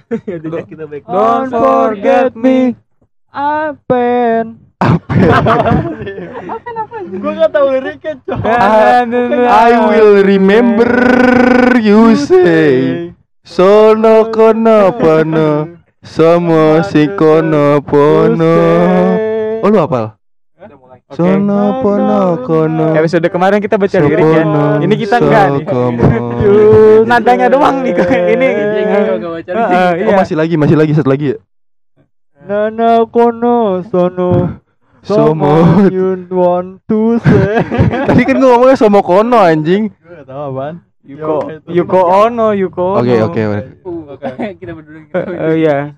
Tidak kita baik. Don't forget me. Apen. Gue gak tahu liriknya, Cok. I will remember you say sono kono pono somo si kono pono. Oh lu hafal? Sono pono kono. Episode kemarin kita baca lirik ya. Ini kita enggak nih. Nadanya doang nih. Ini Enggak baca lirik. Oh masih lagi satu lagi ya. Nana kono sono Somo. you want to say. Tadi kan gua ngomongnya somo kono anjing. Gue gak tahu apaan. Yuko ono. Oke. Kita berdua Iya.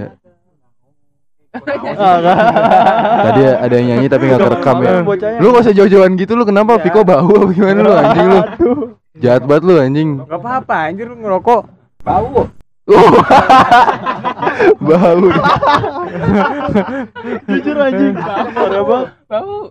Tadi ada yang nyanyi tapi gak kerekam ya. Lu gak usah jauh-jauhan gitu lu, kenapa Viko bau apa gimana lu anjing lu? Jahat banget lu anjing. Gak apa-apa anjir lu ngerokok. bau. Bau. Jujur anjing. Bau.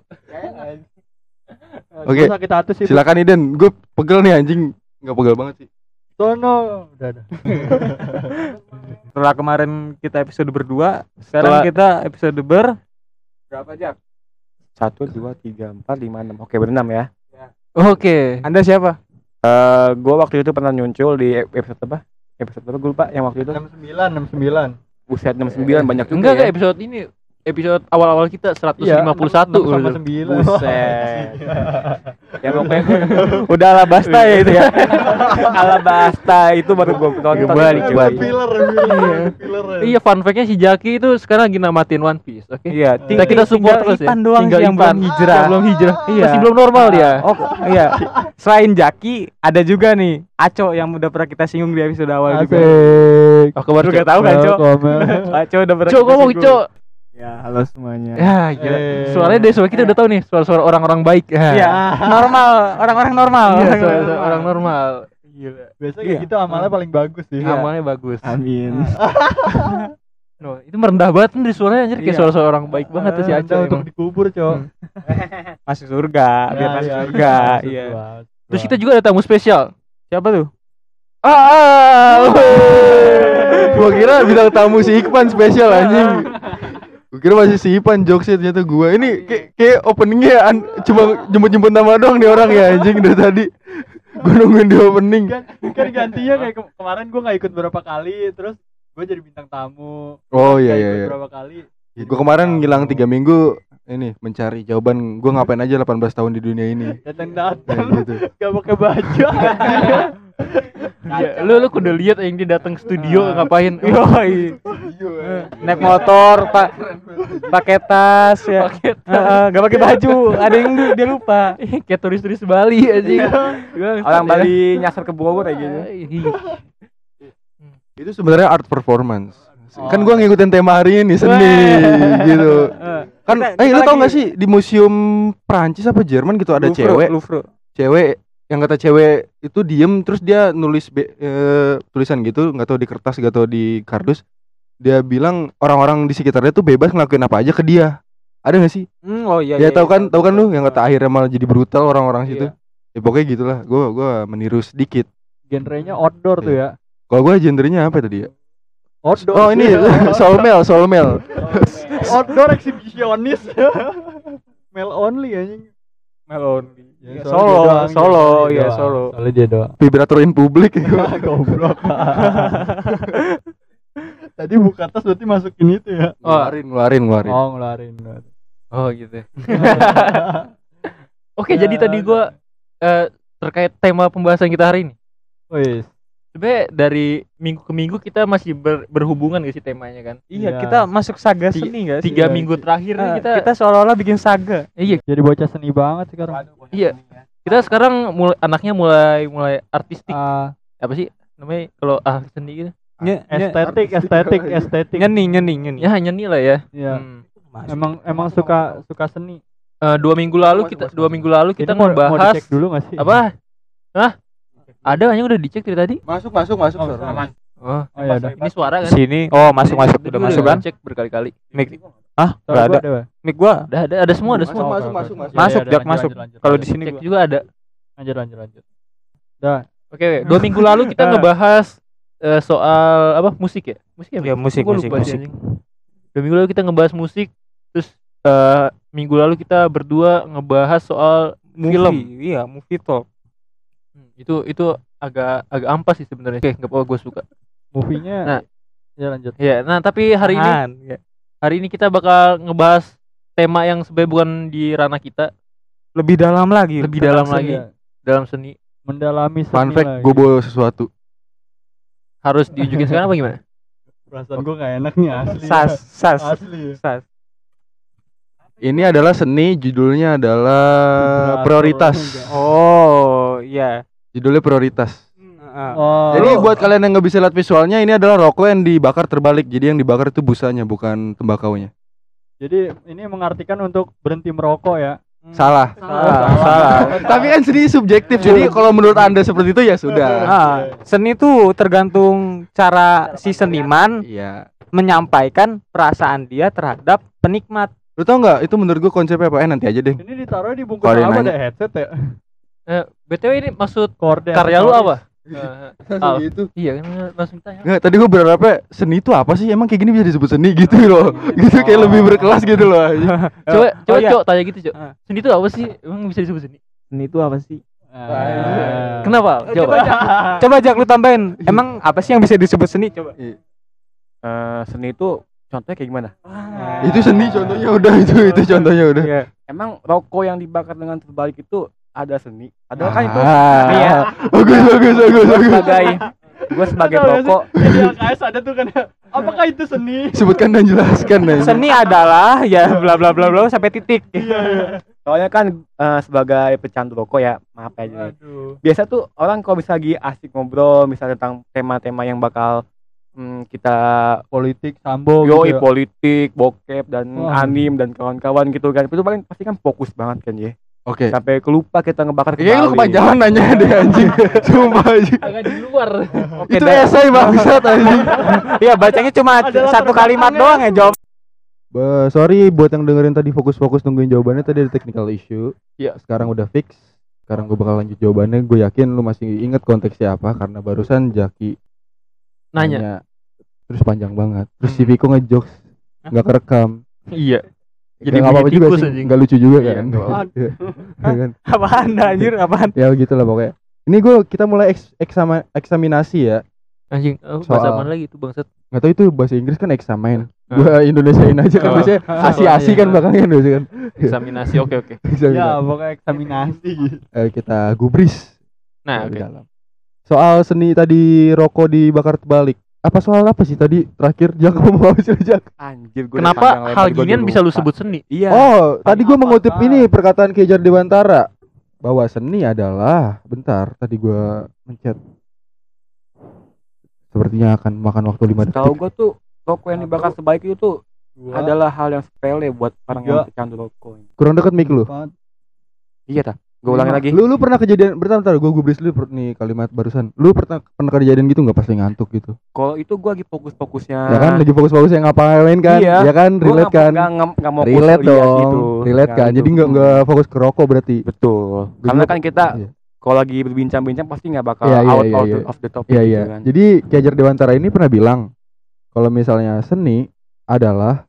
Oke. Sakit hati sih. Silakan Iden, gue pegel nih anjing. Enggak pegel banget sih. Sono. Udah. Setelah kemarin kita episode berdua, sekarang kita episode berapa aja? 1, 2, 3, 4, 5, 6. Oke, berenam ya. Oke. Anda siapa? Gue waktu itu pernah muncul di episode apa? Episode berapa gue lupa yang waktu itu? 69. Buset 69 banyak juga. Enggak ya. episode ini. Episode awal-awal kita 151 sama 9. Buset. Ya pokoknya udah Alabasta ya itu ya. Alabasta itu baru gue tonton. Filler. Iya, fun fact-nya si Jaki itu sekarang lagi namatin One Piece. Oke. Iya, Kita support terus ya. Ipan doang Tinggal yang Ipan. belum hijrah. Yang belum hijrah. Iya. Masih belum normal dia. Oh iya. Selain Jaki, ada juga nih Aco yang udah pernah kita singgung di episode awal juga. Oh, kabar Lu gak tahu kan, Cok? Aco udah pernah. Cok, ngomong, Cok. Ya, halo semuanya. Ya, gila. Suaranya dari suara kita udah tahu nih, suara-suara orang-orang baik. Iya, normal, orang-orang normal. Iya, suara orang normal. Gila. Biasanya kayak gitu amalnya paling bagus sih. Iya. Amalnya bagus. Amin. No, itu merendah banget nih suaranya anjir, kayak suara-suara orang baik banget tuh si Aco Untuk emang. dikubur, Cok. Masuk surga, biar masuk surga. Iya. Terus kita juga ada tamu spesial. Siapa tuh? Gua kira bintang tamu si Iqbal spesial anjing. Gua kira masih si Ipan jokesnya, ternyata gua. Ini kayak openingnya cuma jemput-jemput nama doang nih orang ya anjing dari tadi. Gua nungguin di opening. Kan gantinya kayak kemarin gue nggak ikut berapa kali, terus gue jadi bintang tamu. Oh iya Nggak iya. ikut berapa kali. Gua kemarin ngilang 3 minggu ini mencari jawaban gua ngapain aja 18 tahun di dunia ini. Datang Gitu. gak pakai baju. Iya, lu kudu lihat yang dia datang studio ngapain. Yoi. Naik motor, pakai tas ya. Gak pakai baju, ada yang dia lupa. Kayak turis-turis Bali anjing. Orang Bali nyasar ke Bogor kayak gitu. Itu sebenarnya art performance. Kan gua ngikutin tema hari ini seni gitu. Kan lu tau gak sih di museum Prancis apa Jerman gitu ada cewek yang kata cewek itu diem terus dia nulis tulisan gitu, nggak tahu di kertas nggak tahu di kardus. Dia bilang orang-orang di sekitarnya tuh bebas ngelakuin apa aja ke dia. Ada nggak sih? Oh iya. Ya tahu kan lu yang kata akhirnya malah jadi brutal orang-orang situ. Ya pokoknya gitulah. Gua meniru sedikit. Genrenya outdoor tuh ya. Kalau gua genrenya apa tadi ya? Outdoor. Oh ini soulmel. Outdoor exhibitionis. Male only anjing. Melon. Ya, Solo. Soalnya dia doang. Vibrator in publik itu. Goblok. Tadi buka tas berarti masukin itu ya. Ngeluarin. Oh, ngeluarin. Oh gitu. Oke, jadi tadi gua terkait tema pembahasan kita hari ini. Wis. Sebenarnya dari minggu ke minggu kita masih berhubungan gak sih temanya kan? Iya, kita masuk saga seni enggak sih? 3 minggu terakhir nih kita seolah-olah bikin saga. Iya, Jadi bocah seni banget sekarang. iya. Kita sekarang anaknya mulai artistik. Apa sih namanya kalau seni gitu? Estetik. Nyeni. Ya nyanyi lah ya. Iya. Emang suka seni. 2 minggu lalu kita Ini mau ngebahas dicek dulu enggak sih? apa? Hah? Ada hanya udah dicek dari tadi. Masuk. Aman. Oh ya udah. ini suara kan? Sini. Oh, masuk. Tadi Udah gua masuk kan? Cek berkali-kali. Mic. Enggak ada. Mic gua Ada semua. masuk, Jak masuk. Kalau di sini Cek juga ada. Lanjut. Oke, 2 minggu lalu kita ngebahas soal apa musik ya? Musik Ya, musik, Gua musik, lupa sih, musik. anjing. 2 minggu lalu kita ngebahas musik, terus minggu lalu kita berdua ngebahas soal film. Iya, movie talk. Itu agak ampas sih sebenarnya. Oke, enggak apa-apa, gue suka. Movie-nya Nah. ya lanjut. Ya, nah tapi hari ini kita bakal ngebahas tema yang sebenarnya bukan di ranah kita, Lebih dalam lagi. lebih dalam Tentang lagi seni ya. dalam seni. Mendalami seni Fun fact, lagi. gue bawa sesuatu. Harus diunjukin sekarang apa gimana? Perasaan gue gak enak nih asli. Sas. Asli. Ini adalah seni, judulnya adalah Vibrator prioritas. enggak. Oh, iya. Judulnya prioritas. Oh. Jadi buat kalian yang nggak bisa lihat visualnya, ini adalah rokok yang dibakar terbalik. Jadi yang dibakar itu busanya, bukan tembakaunya. Jadi ini mengartikan untuk berhenti merokok ya. Salah. Salah. Tapi kan seni subjektif. Jadi kalau menurut Anda seperti itu ya sudah. Seni itu tergantung cara si seniman Iya. menyampaikan perasaan dia terhadap penikmat. Lu tau nggak? Itu menurut gua konsepnya apa? Nanti aja deh. Ini ditaruh di bungkus Kalau ada yang apa nanya. ada headset ya? BTW ini maksud Korden. karya lu apa? Al. Gitu. Iya kan langsung tanya. Nggak, tadi gua berharapnya seni itu apa sih? Emang kayak gini bisa disebut seni gitu loh. Gitu kayak lebih berkelas gitu loh. Coba iya. Cok tanya gitu, Cok. Seni itu apa sih? Emang bisa disebut seni? Seni itu apa sih? Kenapa? Jawab. Coba Jak lu tambahin. Emang apa sih yang bisa disebut seni? Coba. Seni itu contohnya kayak gimana? Itu seni contohnya udah itu contohnya udah. Iya. Emang rokok yang dibakar dengan terbalik itu ada seni? Ada kan itu? Nih ya. Bagus. Gue sebagai Tahu nggak perokok. sih? Jadi LKS ada tuh kan. Apakah itu seni? Sebutkan dan jelaskan nih. Seni adalah ya bla bla bla bla sampai titik. Soalnya kan sebagai pecandu rokok ya, maaf aja nih. Aduh. Biasa tuh orang kalau bisa lagi asik ngobrol misalnya tentang tema-tema yang bakal kita Politik, sambo yoi gitu. Ya. politik, bokep dan Wah. anim dan kawan-kawan gitu kan. Itu paling pasti kan fokus banget kan ya. Oke. Sampai kelupa kita ngebakar Kayaknya lu kembali. kepanjangan nanya deh anjing. Sumpah anjing. Agak di luar. Oke, Itu esai bangsat anjing. Iya, bacanya cuma Adalah satu kalimat terbelakangnya. doang ya jawab. Sorry buat yang dengerin tadi fokus-fokus nungguin jawabannya, tadi ada technical issue. Iya. Sekarang udah fix. Sekarang gue bakal lanjut jawabannya. Gue yakin lu masih inget konteksnya apa karena barusan Jaki Nanya. terus panjang banget. Terus si Viko ngejokes nggak kerekam. Iya. Jadi Jadi nggak apa-apa bunyi juga tikus, sih. anjing. Nggak lucu juga Iya, kan. nggak apa-apa. Iya kan? Apaan anjir, apaan? Ya begitulah pokoknya. Ini kita mulai eksaminasi ya. Anjing, Soal- bahasa mana lagi itu bangsat? Nggak tahu itu bahasa Inggris kan examine. Gua Indonesiain aja kan Oh. biasanya asi-asi iya. kan belakangnya kan biasanya kan. Eksaminasi. Oke. Examine. Ya, pokoknya eksaminasi. Kita gubris. Nah, Lebih oke. dalam. Soal seni tadi rokok dibakar terbalik. Apa soal apa sih tadi terakhir? Jak mau sih Jak. Anjir gua Kenapa hal ginian bisa lu sebut seni? Iya. Oh, tadi gua apa, mengutip Kak? ini perkataan Kejar Dewantara bahwa seni adalah bentar tadi gua mencet. Sepertinya akan makan waktu 5 detik. Tahu gua tuh rokok yang dibakar sebaik itu tuh adalah hal yang sepele buat orang yang pecandu rokok. Kurang dekat mic lu. Iya ta? Gua ulangi lagi. Lu pernah kejadian bentar gua gubris dulu nih kalimat barusan. Lu pernah kejadian gitu enggak pas lagi ngantuk gitu? Kalau itu gua lagi fokus-fokusnya. Ya kan lagi fokus-fokus yang ngapain kan? Iya. Ya kan relate kan? Enggak mau Relate fokus lihat dong. gitu. Relate Nah, kan. itu. Jadi enggak fokus ke rokok berarti. Betul. Gua Karena juga- kan kita Iya. kalau lagi berbincang-bincang pasti nggak bakal Iya, out iya. of the topic Iya gitu iya. kan. Jadi Kejar Dewantara ini pernah bilang kalau misalnya seni adalah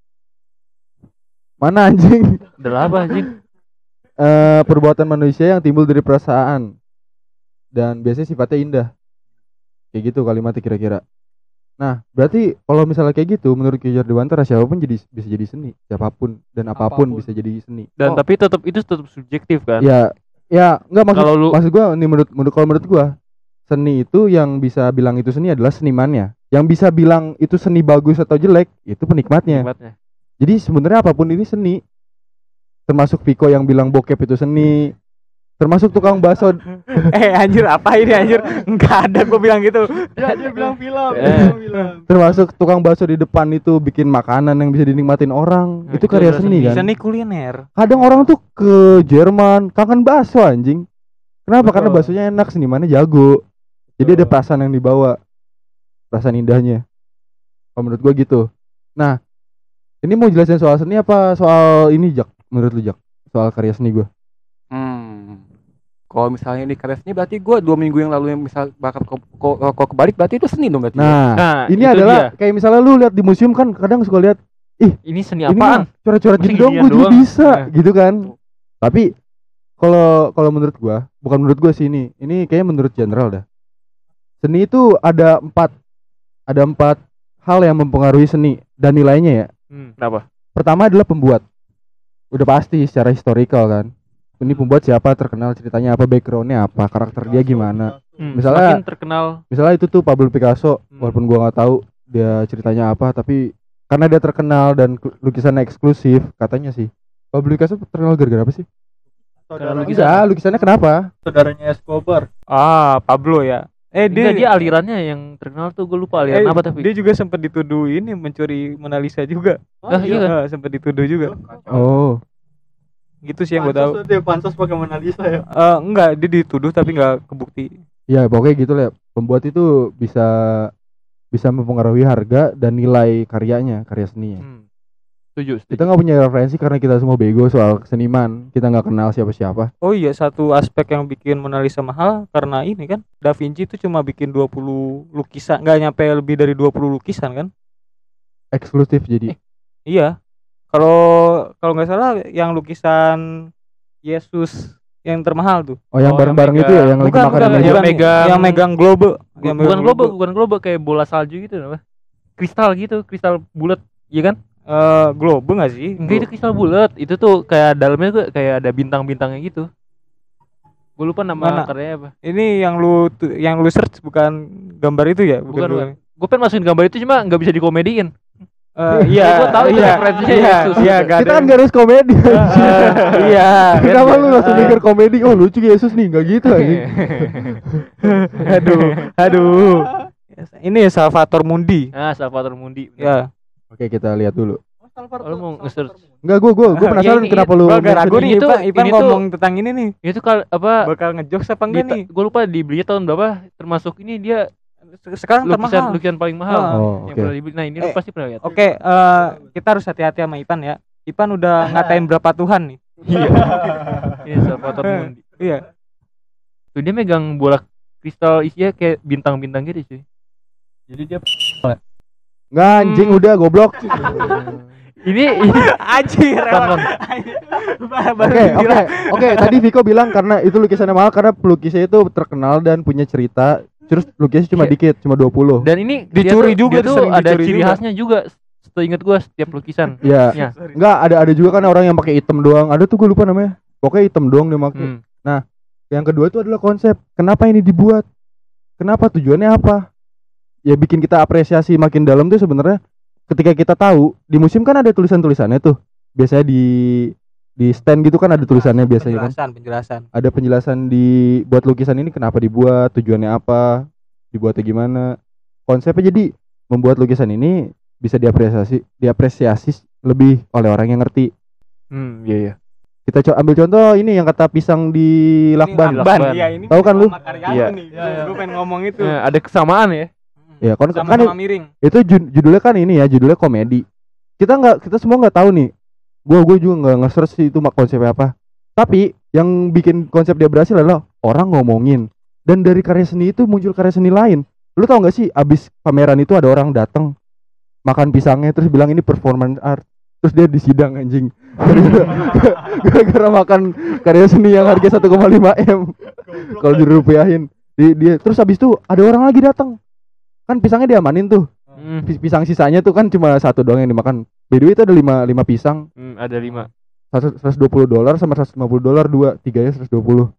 mana anjing? Adalah apa anjing? Perbuatan manusia yang timbul dari perasaan dan biasanya sifatnya indah. Kayak gitu kalimatnya kira-kira. Nah, berarti kalau misalnya kayak gitu menurut Kejar Dewantara siapapun bisa jadi seni, siapapun dan apapun bisa jadi seni. Dan Oh. tapi itu tetap subjektif kan? Ya, enggak Kalau lu- maksud gua nih menurut gua seni itu yang bisa bilang itu seni adalah senimannya. Yang bisa bilang itu seni bagus atau jelek itu penikmatnya. Nikmatnya. Jadi sebenarnya apapun ini seni. Termasuk Viko yang bilang bokep itu seni. Termasuk tukang bakso. Anjir, apa ini anjir? Enggak ada gua bilang gitu. Dia bilang film, Eh. dia bilang. Termasuk tukang bakso di depan itu bikin makanan yang bisa dinikmatin orang. Nah, itu itu karya adalah seni kan. Seni kuliner. Kadang orang tuh ke Jerman kangen bakso anjing. Kenapa? Betul. Karena baksonya enak, senimannya jago. Jadi ada perasaan yang dibawa. Perasaan indahnya. Kalau menurut gua gitu. Nah, ini mau jelasin soal seni apa soal ini Jak? Menurut lu Jak? Soal karya seni gua. Kalau misalnya ini karya seni berarti gue 2 minggu yang lalu yang misal bakal kok kebalik berarti itu seni dong berarti. Nah, ini itu adalah kayak misalnya lu lihat di museum kan kadang suka lihat ini seni ini apaan? coret-coret Masa gini dong, ginian gue juga doang? bisa, Nah. gitu kan. Tapi kalau menurut gua, bukan menurut gua sih ini kayaknya menurut general dah. Seni itu ada 4 hal yang mempengaruhi seni dan nilainya ya. Kenapa? Pertama adalah pembuat. Udah pasti secara historical kan. Ini pembuat siapa, terkenal, ceritanya apa, backgroundnya apa, karakter dia gimana. Misalnya Semakin terkenal. Misalnya itu tuh Pablo Picasso, walaupun gua nggak tahu dia ceritanya apa, tapi karena dia terkenal dan lukisannya eksklusif, katanya sih. Pablo Picasso terkenal gara-gara apa sih? Lukisannya kenapa? Saudaranya Escobar. Pablo ya. Dia alirannya yang terkenal tuh, gue lupa aliran apa tapi. Dia juga sempat dituduh ini mencuri Mona Lisa juga. Iya kan? Sempat dituduh juga. Oh. Gitu sih yang gue tahu. Pansos pakai Mona Lisa ya. Enggak, dia dituduh tapi enggak kebukti. Ya pokoknya gitu lah. Pembuat itu bisa mempengaruhi harga dan nilai karyanya, karya seninya. Setuju. Kita nggak punya referensi karena kita semua bego soal seniman. Kita nggak kenal siapa-siapa. Oh iya, satu aspek yang bikin Mona Lisa mahal karena ini kan Da Vinci itu cuma bikin 20 lukisan, nggak nyampe lebih dari 20 lukisan kan? Eksklusif jadi. Iya. Kalau nggak salah yang lukisan Yesus yang termahal tuh. Oh yang bareng-bareng itu ya, yang lagi makan di meja. Yang megang globe. Bukan globe kayak bola salju gitu apa? Kristal gitu, kristal bulat, iya kan? Globe nggak sih? Enggak, itu kristal bulat. Itu tuh kayak dalamnya tuh kayak ada bintang-bintangnya gitu. Gue lupa nama karyanya apa. Ini yang lu search bukan gambar itu ya? Bukan. Gue pengen masukin gambar itu cuma nggak bisa dikomediin. Iya. Gue tahu itu referensinya Yesus. Iya, Kita kan gak harus komedi. Iya. Kenapa lu langsung mikir komedi? Oh lucu Yesus nih, nggak gitu aja. Aduh. Ini Salvator Mundi. Salvator Mundi. Ya. Oke kita lihat dulu. Lu mau nge-search? Enggak, gue penasaran kenapa lu. Gua ragu nih, Ini tuh- Ipan ini ngomong tentang ini nih. Itu apa? Bakal ngejokes apa enggak nih? Gue lupa dibelinya tahun berapa. Termasuk ini dia Sekarang termahal. lukisan paling mahal Oh, yang oke. pernah dibeli. Nah, ini lu pasti pernah lihat. Oke, kita harus hati-hati sama Ipan ya. Ipan udah ngatain berapa Tuhan nih? Iya. Ini Salvator Mundi. Iya. Tuh dia megang bola kristal isinya kayak bintang-bintang gitu cuy. Jadi dia Nggak anjing udah goblok. Ini Anjir. Tangan. Oke. Tadi Viko bilang karena itu lukisannya mahal karena pelukisnya itu terkenal dan punya cerita. Terus lukisnya cuma dikit, cuma 20. Dan ini Dicuri dia juga dia tuh, tuh sering ada dicuri ciri juga. khasnya juga. Seingat gua setiap lukisan. Iya. Ya. Enggak, ada juga kan orang yang pakai hitam doang. Ada tuh gue lupa namanya. Pokoknya hitam doang dia pakai. Nah, yang kedua itu adalah konsep. Kenapa ini dibuat? Kenapa tujuannya apa? Ya bikin kita apresiasi makin dalam tuh sebenarnya ketika kita tahu di museum kan ada tulisan-tulisannya tuh. Biasanya di stand gitu kan ada tulisannya biasanya kan. Penjelasan. Ada penjelasan di buat lukisan ini kenapa dibuat, tujuannya apa, dibuatnya gimana. Konsepnya jadi membuat lukisan ini bisa diapresiasi lebih oleh orang yang ngerti. Iya. Kita ambil contoh ini yang kata pisang di Lakban. Lakban. Iya, ini Tahu kan lu? Iya. Iya. Gue pengen ngomong itu. Ada kesamaan ya. Ya kan Sama-sama miring. itu judulnya kan ini ya, judulnya komedi. Kita semua nggak tahu nih. Gue juga nggak nge-search sih itu konsepnya apa. Tapi yang bikin konsep dia berhasil adalah orang ngomongin. Dan dari karya seni itu muncul karya seni lain. Lu tau nggak sih abis pameran itu ada orang datang makan pisangnya terus bilang ini performance art. Terus dia disidang anjing. Gara-gara makan karya seni yang harga 1,5 M. Kalau dirupiahin. Dia terus habis itu ada orang lagi datang. Kan pisangnya diamanin tuh. Pisang sisanya tuh kan cuma satu doang yang dimakan. By the way itu ada 5 pisang. Ada 5. $120 sama $150 dua, tiganya 120.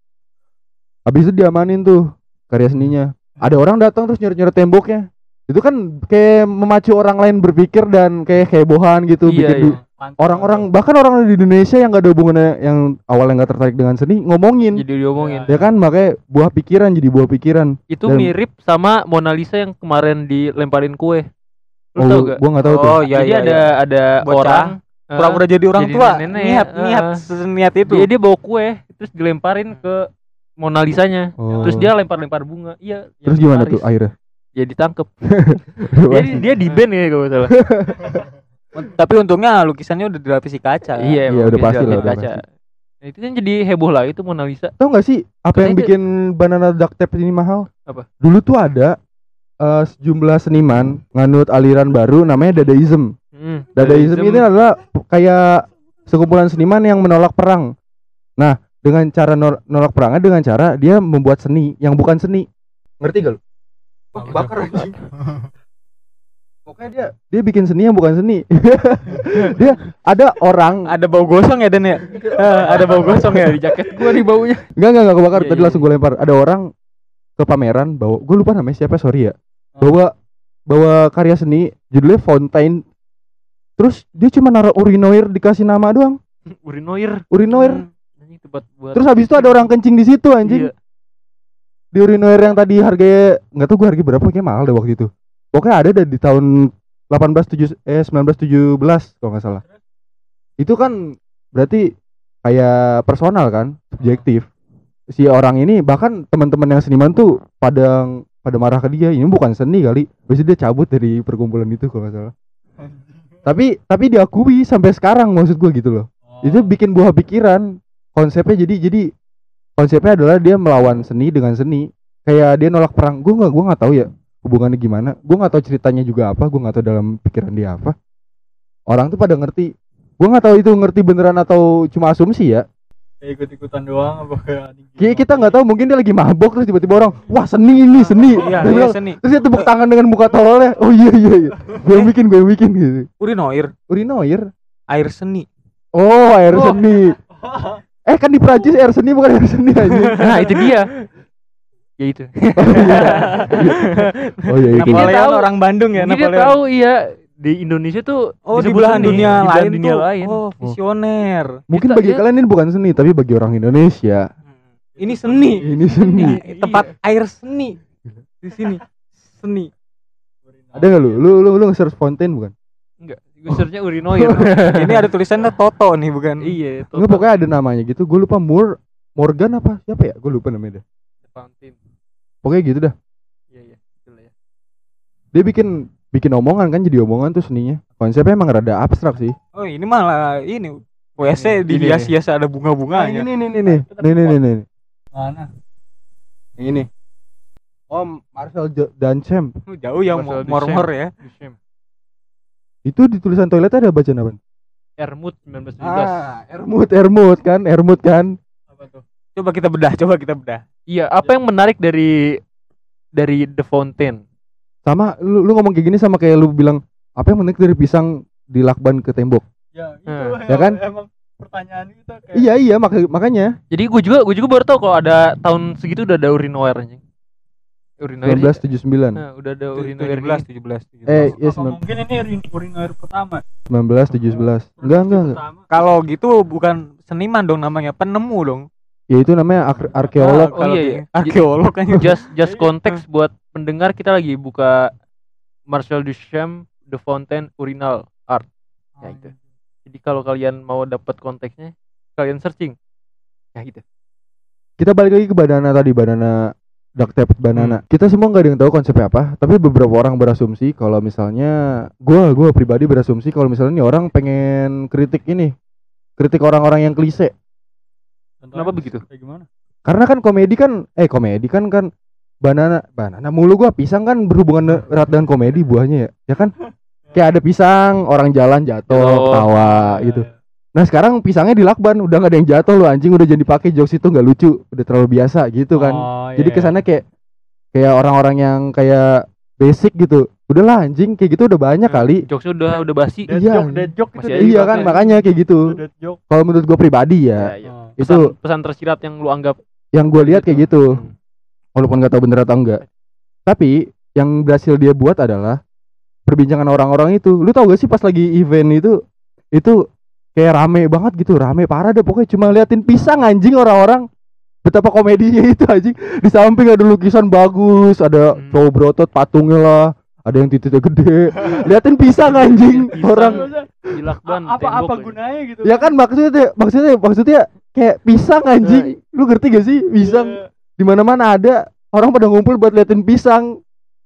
Habis itu diamanin tuh karya seninya. Ada orang datang terus nyeret-nyeret temboknya. Itu kan kayak memacu orang lain berpikir dan kayak hebohan gitu. Iya. Orang-orang bahkan orang di Indonesia yang gak ada hubungannya, yang awalnya gak tertarik dengan seni ngomongin. Jadi diomongin. Ya kan makanya buah pikiran jadi buah pikiran. Itu Dan- mirip sama Mona Lisa yang kemarin dilemparin kue. Lu Oh, tau gak? gua nggak tahu tuh. Oh iya. Jadi ada Bocah. orang Pura-pura jadi orang jadi tua. nenek, Niat itu. dia bawa kue terus dilemparin ke Mona Lisanya. Oh. Terus dia lempar-lempar bunga. Iya. Terus yang gimana Paris. tuh akhirnya? Ya ditangkep. Jadi dia di ban ya kalau nggak salah. Tapi untungnya lukisannya udah dilapisi kaca. Iya, Iya, udah dia pasti lah, dilapis udah kaca. pasti. Nah, itu kan jadi heboh lah itu Mona Lisa. Tahu nggak sih apa Katanya yang itu- bikin banana duct tape ini mahal? Apa? Dulu tuh ada sejumlah seniman nganut aliran baru namanya Dadaism. Dadaism ini adalah kayak sekumpulan seniman yang menolak perang. Nah, dengan cara nolak perangnya dengan cara dia membuat seni yang bukan seni. Ngerti gak lu? Oh, bakar anjing. Pokoknya dia bikin seni yang bukan seni. Dia ada orang, Ada bau gosong ya Dan ya? Ada bau gosong ya di jaket gua nih baunya. enggak kebakar. Iya, Tadi iya. langsung gue lempar. Ada orang ke pameran bawa, gue lupa namanya siapa, sorry ya. Bawa karya seni judulnya Fontaine. Terus dia cuma naruh urinoir dikasih nama doang. Urinoir. Urinoir. Anjing tempat buat. Terus habis itu ada orang kencing di situ anjing. Iya. Di urinoir yang tadi harganya nggak tahu gue harga berapa, kayak mahal deh waktu itu. Pokoknya ada di tahun 1917 kalau nggak salah. Itu kan berarti kayak personal kan, subjektif. Si orang ini bahkan teman-teman yang seniman tuh pada marah ke dia, ini bukan seni kali. Terus dia cabut dari perkumpulan itu kalau nggak salah. Tapi diakui sampai sekarang, maksud gue gitu loh. Itu bikin buah pikiran. Konsepnya jadi konsepnya adalah dia melawan seni dengan seni. Kayak dia nolak perang. Gue nggak tahu ya hubungannya gimana. Gue nggak tahu ceritanya juga apa. Gue nggak tahu dalam pikiran dia apa. Orang tuh pada ngerti. Gue nggak tahu itu ngerti beneran atau cuma asumsi ya. Kayak ikut-ikutan doang apa kayak Kayak kita nggak tahu, mungkin dia lagi mabok terus tiba-tiba orang, wah seni ini seni. Iya, Dia iya bilang, seni. terus dia tepuk tangan dengan muka tololnya. Oh iya. Gue yang bikin gitu. Urinoir, Urinoir. air seni. Oh, air seni. Kan di Prancis air seni bukan air seni aja. Nah, itu dia. Ya itu. Oh iya. Mungkin dia Napoleon tahu. orang Bandung ya, Mungkin dia Napoleon. tahu iya di Indonesia tuh Oh, di disebut belahan seni, dunia di belahan lain dunia tuh. lain. Oh, visioner. Mungkin Kita- bagi ya. kalian ini bukan seni, tapi bagi orang Indonesia Ini seni. ini seni. Tempat air seni. Di sini. Seni. Ada nggak lu nge-search Fontaine bukan? Enggak, gue searchnya urinoir. Ini ada tulisannya Toto nih bukan? Iya, itu. Enggak, pokoknya ada namanya gitu. Gue lupa Morgan apa siapa ya? Gue lupa namanya dah. Fountain. Pokoknya gitu dah. Iya, itulah ya. Dia bikin omongan kan, jadi omongan tuh seninya. Konsepnya emang rada abstrak sih. Oh, ini malah ini WC Ini dihias-hias ada bunga-bunganya. Ini. Mana? Yang ini. Oh, Marcel Duchamp. Jauh ya Marcel mor-mor ya. Duchamp. Itu di tulisan toiletnya ada bacaan apa? Ermut 1917. Ermut kan. Apa tuh? Coba kita bedah. Iya, apa yang menarik dari The Fountain? Sama lu ngomong kayak gini sama kayak lu bilang apa yang menarik dari pisang dilakban ke tembok. Ya, itu Ya kan? Emang pertanyaan itu kayak Iya, makanya Jadi gue juga baru tahu kalau ada tahun segitu udah ada urinoir anjing. Urinoir. 1979. Nah, udah ada urinoir 17. Iya, apa mungkin ini urinoir pertama. 1917. Enggak. Pertama. Kalau gitu bukan seniman dong namanya, penemu dong. Ya itu namanya arkeolog. Oh, iya. Arkeolog kan. Just konteks buat pendengar, kita lagi buka Marcel Duchamp The Fountain Urinal Art. Ya itu. Jadi kalau kalian mau dapat konteksnya, kalian searching. Ya gitu. Kita balik lagi ke banana duct tape banana. Kita semua nggak ada yang tahu konsepnya apa, tapi beberapa orang berasumsi kalau misalnya gua pribadi berasumsi kalau misalnya nih orang pengen kritik orang-orang yang klise. Kenapa begitu? Kayak gimana? Karena kan komedi kan banana mulu, gua pisang kan berhubungan erat dengan komedi buahnya ya kan? Kayak ada pisang, orang jalan jatuh, ketawa gitu. Nah sekarang pisangnya dilakban, udah nggak ada yang jatuh lo anjing, udah jadi pakai jokes itu nggak lucu, udah terlalu biasa gitu kan. Jadi kesannya kayak orang-orang yang kayak basic gitu. Udahlah anjing, kayak gitu udah banyak kali. Jokesnya udah basi. Iya. Dead joke itu. Masih dead Iya joke kan, ya. makanya kayak gitu. Dead joke. Kalau menurut gue pribadi ya, Iya. itu Pesan tersirat yang lu anggap. yang gue lihat kayak gitu. Hmm. Walaupun nggak tahu bener atau enggak. Tapi yang berhasil dia buat adalah perbincangan orang-orang itu. Lu tau gak sih pas lagi event itu kayak rame banget gitu, rame parah deh pokoknya, cuma liatin pisang anjing orang-orang. Betapa komedinya itu anjing. Di samping ada lukisan bagus, ada cowok berotot patungnya lah, ada yang titiknya gede. Liatin pisang anjing Pisang. orang. Dilakban Apa tembok. gunanya gitu? Ya kan maksudnya kayak pisang anjing. Lu ngerti gak sih pisang? Iya. Di mana-mana ada orang pada ngumpul buat liatin pisang.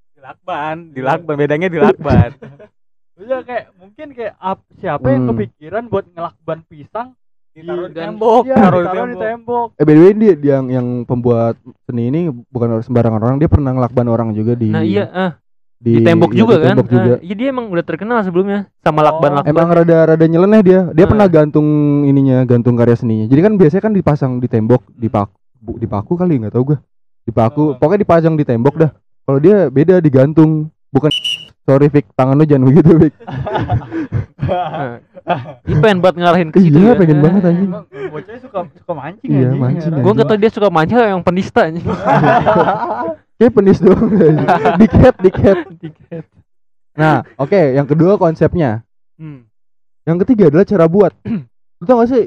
Dilakban, bedanya dilakban. Iya kayak mungkin kayak siapa yang kepikiran buat ngelakban pisang Ditaruh di Dan- tembok. Iya, taruh di ditaruh di tembok. By the way dia yang pembuat seni ini bukan sembarangan orang, dia pernah ngelakban orang juga di Nah iya, di tembok iya, juga di kan. tembok juga. Iya dia emang udah terkenal sebelumnya sama Oh, lakban-lakban. Emang rada nyeleneh dia Ah. pernah gantung ininya, gantung karya seninya. Jadi kan biasanya kan dipasang di tembok, dipaku kali nggak tahu gue. Dipaku, pokoknya dipajang di tembok dah. Kalau dia beda digantung, bukan. Sorry Vic, tangan lu jangan begitu Vic. Nah, dia pengen banget ngarahin ke situ Iya, ya. pengen banget anjing. Emang bocahnya suka mancing Iya, anjing. mancing, Heran. Gue nggak tau dia suka mancing atau yang penista anjing. Kayak penis doang. Diket. Nah, oke, yang kedua konsepnya. Yang ketiga adalah cara buat. Lu tau gak sih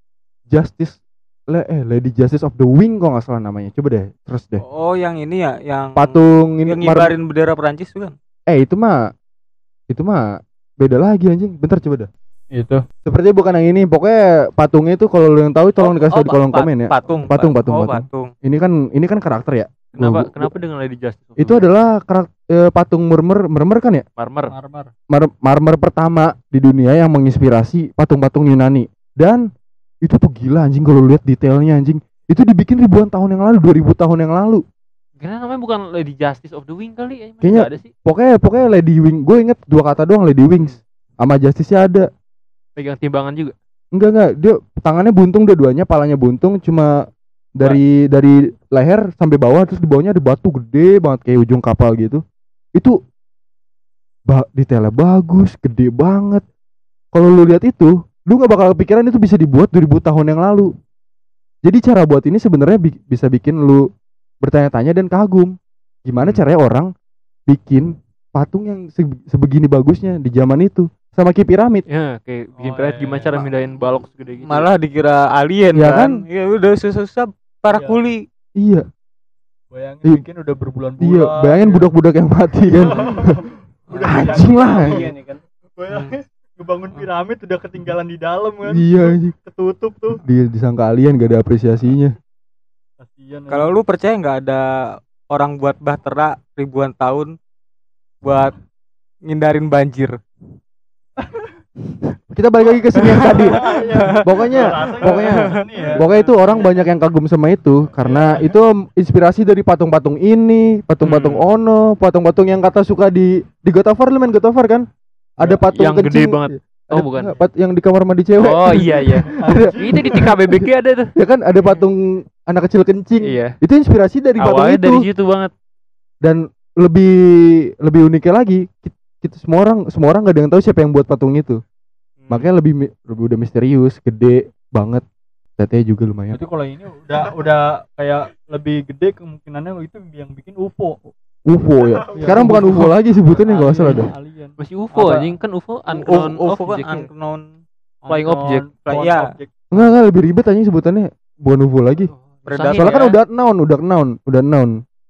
Lady Justice of the Wing kok nggak salah namanya. Coba deh, terus deh. Oh, yang ini ya, yang Patung ini yang ngibarin bendera Perancis tuh kan. itu mah beda lagi anjing. Bentar coba dah. Itu. Sepertinya bukan yang ini. Pokoknya patungnya itu kalau lu yang tahu tolong dikasih tahu di kolom komen ya. Patung. Patung. Ini kan karakter ya. Kenapa dengan Lady Justice? Itu adalah patung marmer kan ya? Marmer. Marmer pertama di dunia yang menginspirasi patung-patung Yunani. Dan itu tuh gila anjing kalau lihat detailnya anjing. Itu dibikin ribuan tahun yang lalu, 2000 tahun yang lalu. Karena namanya bukan Lady Justice of the Wing kali ya? Kayaknya Nggak ada sih. Pokoknya Lady Wing. Gue inget 2 kata doang, Lady Wings. Sama Justice-nya ada. Pegang timbangan juga. Enggak, dia tangannya buntung dua-duanya, palanya buntung, cuma dari leher sampai bawah, terus di bawahnya ada batu gede banget kayak ujung kapal gitu. Itu detailnya bagus, gede banget. Kalau lu lihat itu, lu nggak bakal kepikiran itu bisa dibuat 2000 tahun yang lalu. Jadi cara buat ini sebenarnya bisa bikin lu bertanya-tanya dan kagum. Gimana caranya orang bikin patung yang sebegini bagusnya di zaman itu, sama kayak piramid. Ya, kayak bikin piramid gimana cara mindahin balok segede gitu. Malah dikira alien Ya kan. kan? Ya udah susah-susah para Iya. kuli. Iya, Bayangin Iya. bikin udah berbulan-bulan. iya. Bayangin ya. budak-budak yang mati kan. Udah Anjing lah. Iya nih kan. Bayangin ngebangun piramid udah ketinggalan di dalam kan. Iya anjing. Ketutup tuh. Dia disangka alien, gak ada apresiasinya. Kasian. Kalau lu percaya nggak ada orang buat bahtera ribuan tahun buat ngindarin banjir? Kita balik lagi ke seni yang tadi. Pokoknya ya. Pokoknya itu orang banyak yang kagum sama itu karena itu inspirasi dari patung-patung ini, patung-patung Ono, patung-patung yang kata suka di God of War, lu main God of War kan? Ada patung yang gede kencing. banget. Ada, Oh, bukan. Yang di kamar mandi cewek. Oh iya. Itu di TKBBG ada tuh. Ya kan ada patung anak kecil kencing. Iya. Itu inspirasi dari patung Awalnya itu. dari situ banget. Dan lebih uniknya lagi, kita semua orang nggak ada yang tahu siapa yang buat patung itu. Makanya lebih udah misterius, gede banget. Tetenya juga lumayan. Itu kalau ini udah kayak lebih gede kemungkinannya itu yang bikin UFO. UFO ya. Sekarang bukan UFO lagi sebutannya kalau salah dah. Alien. Masih UFO Apa? anjing kan UFO unknown UFO kan object. unknown. Flying object. Iya. Enggak lebih ribet anjing sebutannya. Bukan UFO lagi. Predator. Soalnya kan ya. udah noun.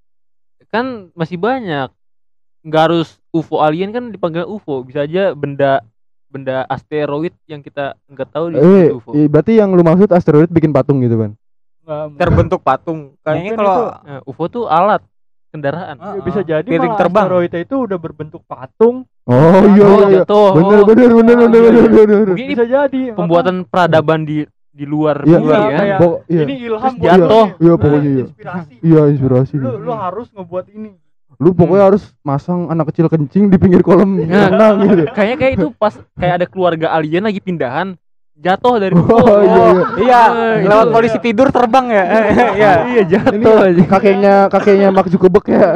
Kan masih banyak. Nggak harus UFO alien kan dipanggil UFO. Bisa aja benda asteroid yang kita nggak tahu disebut UFO. Berarti yang lu maksud asteroid bikin patung gitu kan? Terbentuk patung. Kayaknya Mungkin kalau Nah, UFO tuh alat kendaraan. Ya, bisa jadi piring malah terbang. asteroid itu udah berbentuk patung. Oh iya. Jatuh. Bener. Mungkin ini Bisa jadi. pembuatan peradaban di luar Iya, bumi iya, ya. kayak Iya. ini ilham Terus buat jatuh. lu nih. Iya, pokoknya iya. Inspirasi. Iya, inspirasi. Lu harus ngebuat ini. Lu pokoknya harus masang anak kecil kencing di pinggir kolam renang gitu. Kayaknya kayak itu pas kayak ada keluarga alien lagi pindahan jatuh dari UFO. Oh, iya. iya, itu. lewat polisi tidur terbang ya. Iya. Iya Ini jatuh aja. kakeknya Mark Zuckerberg ya.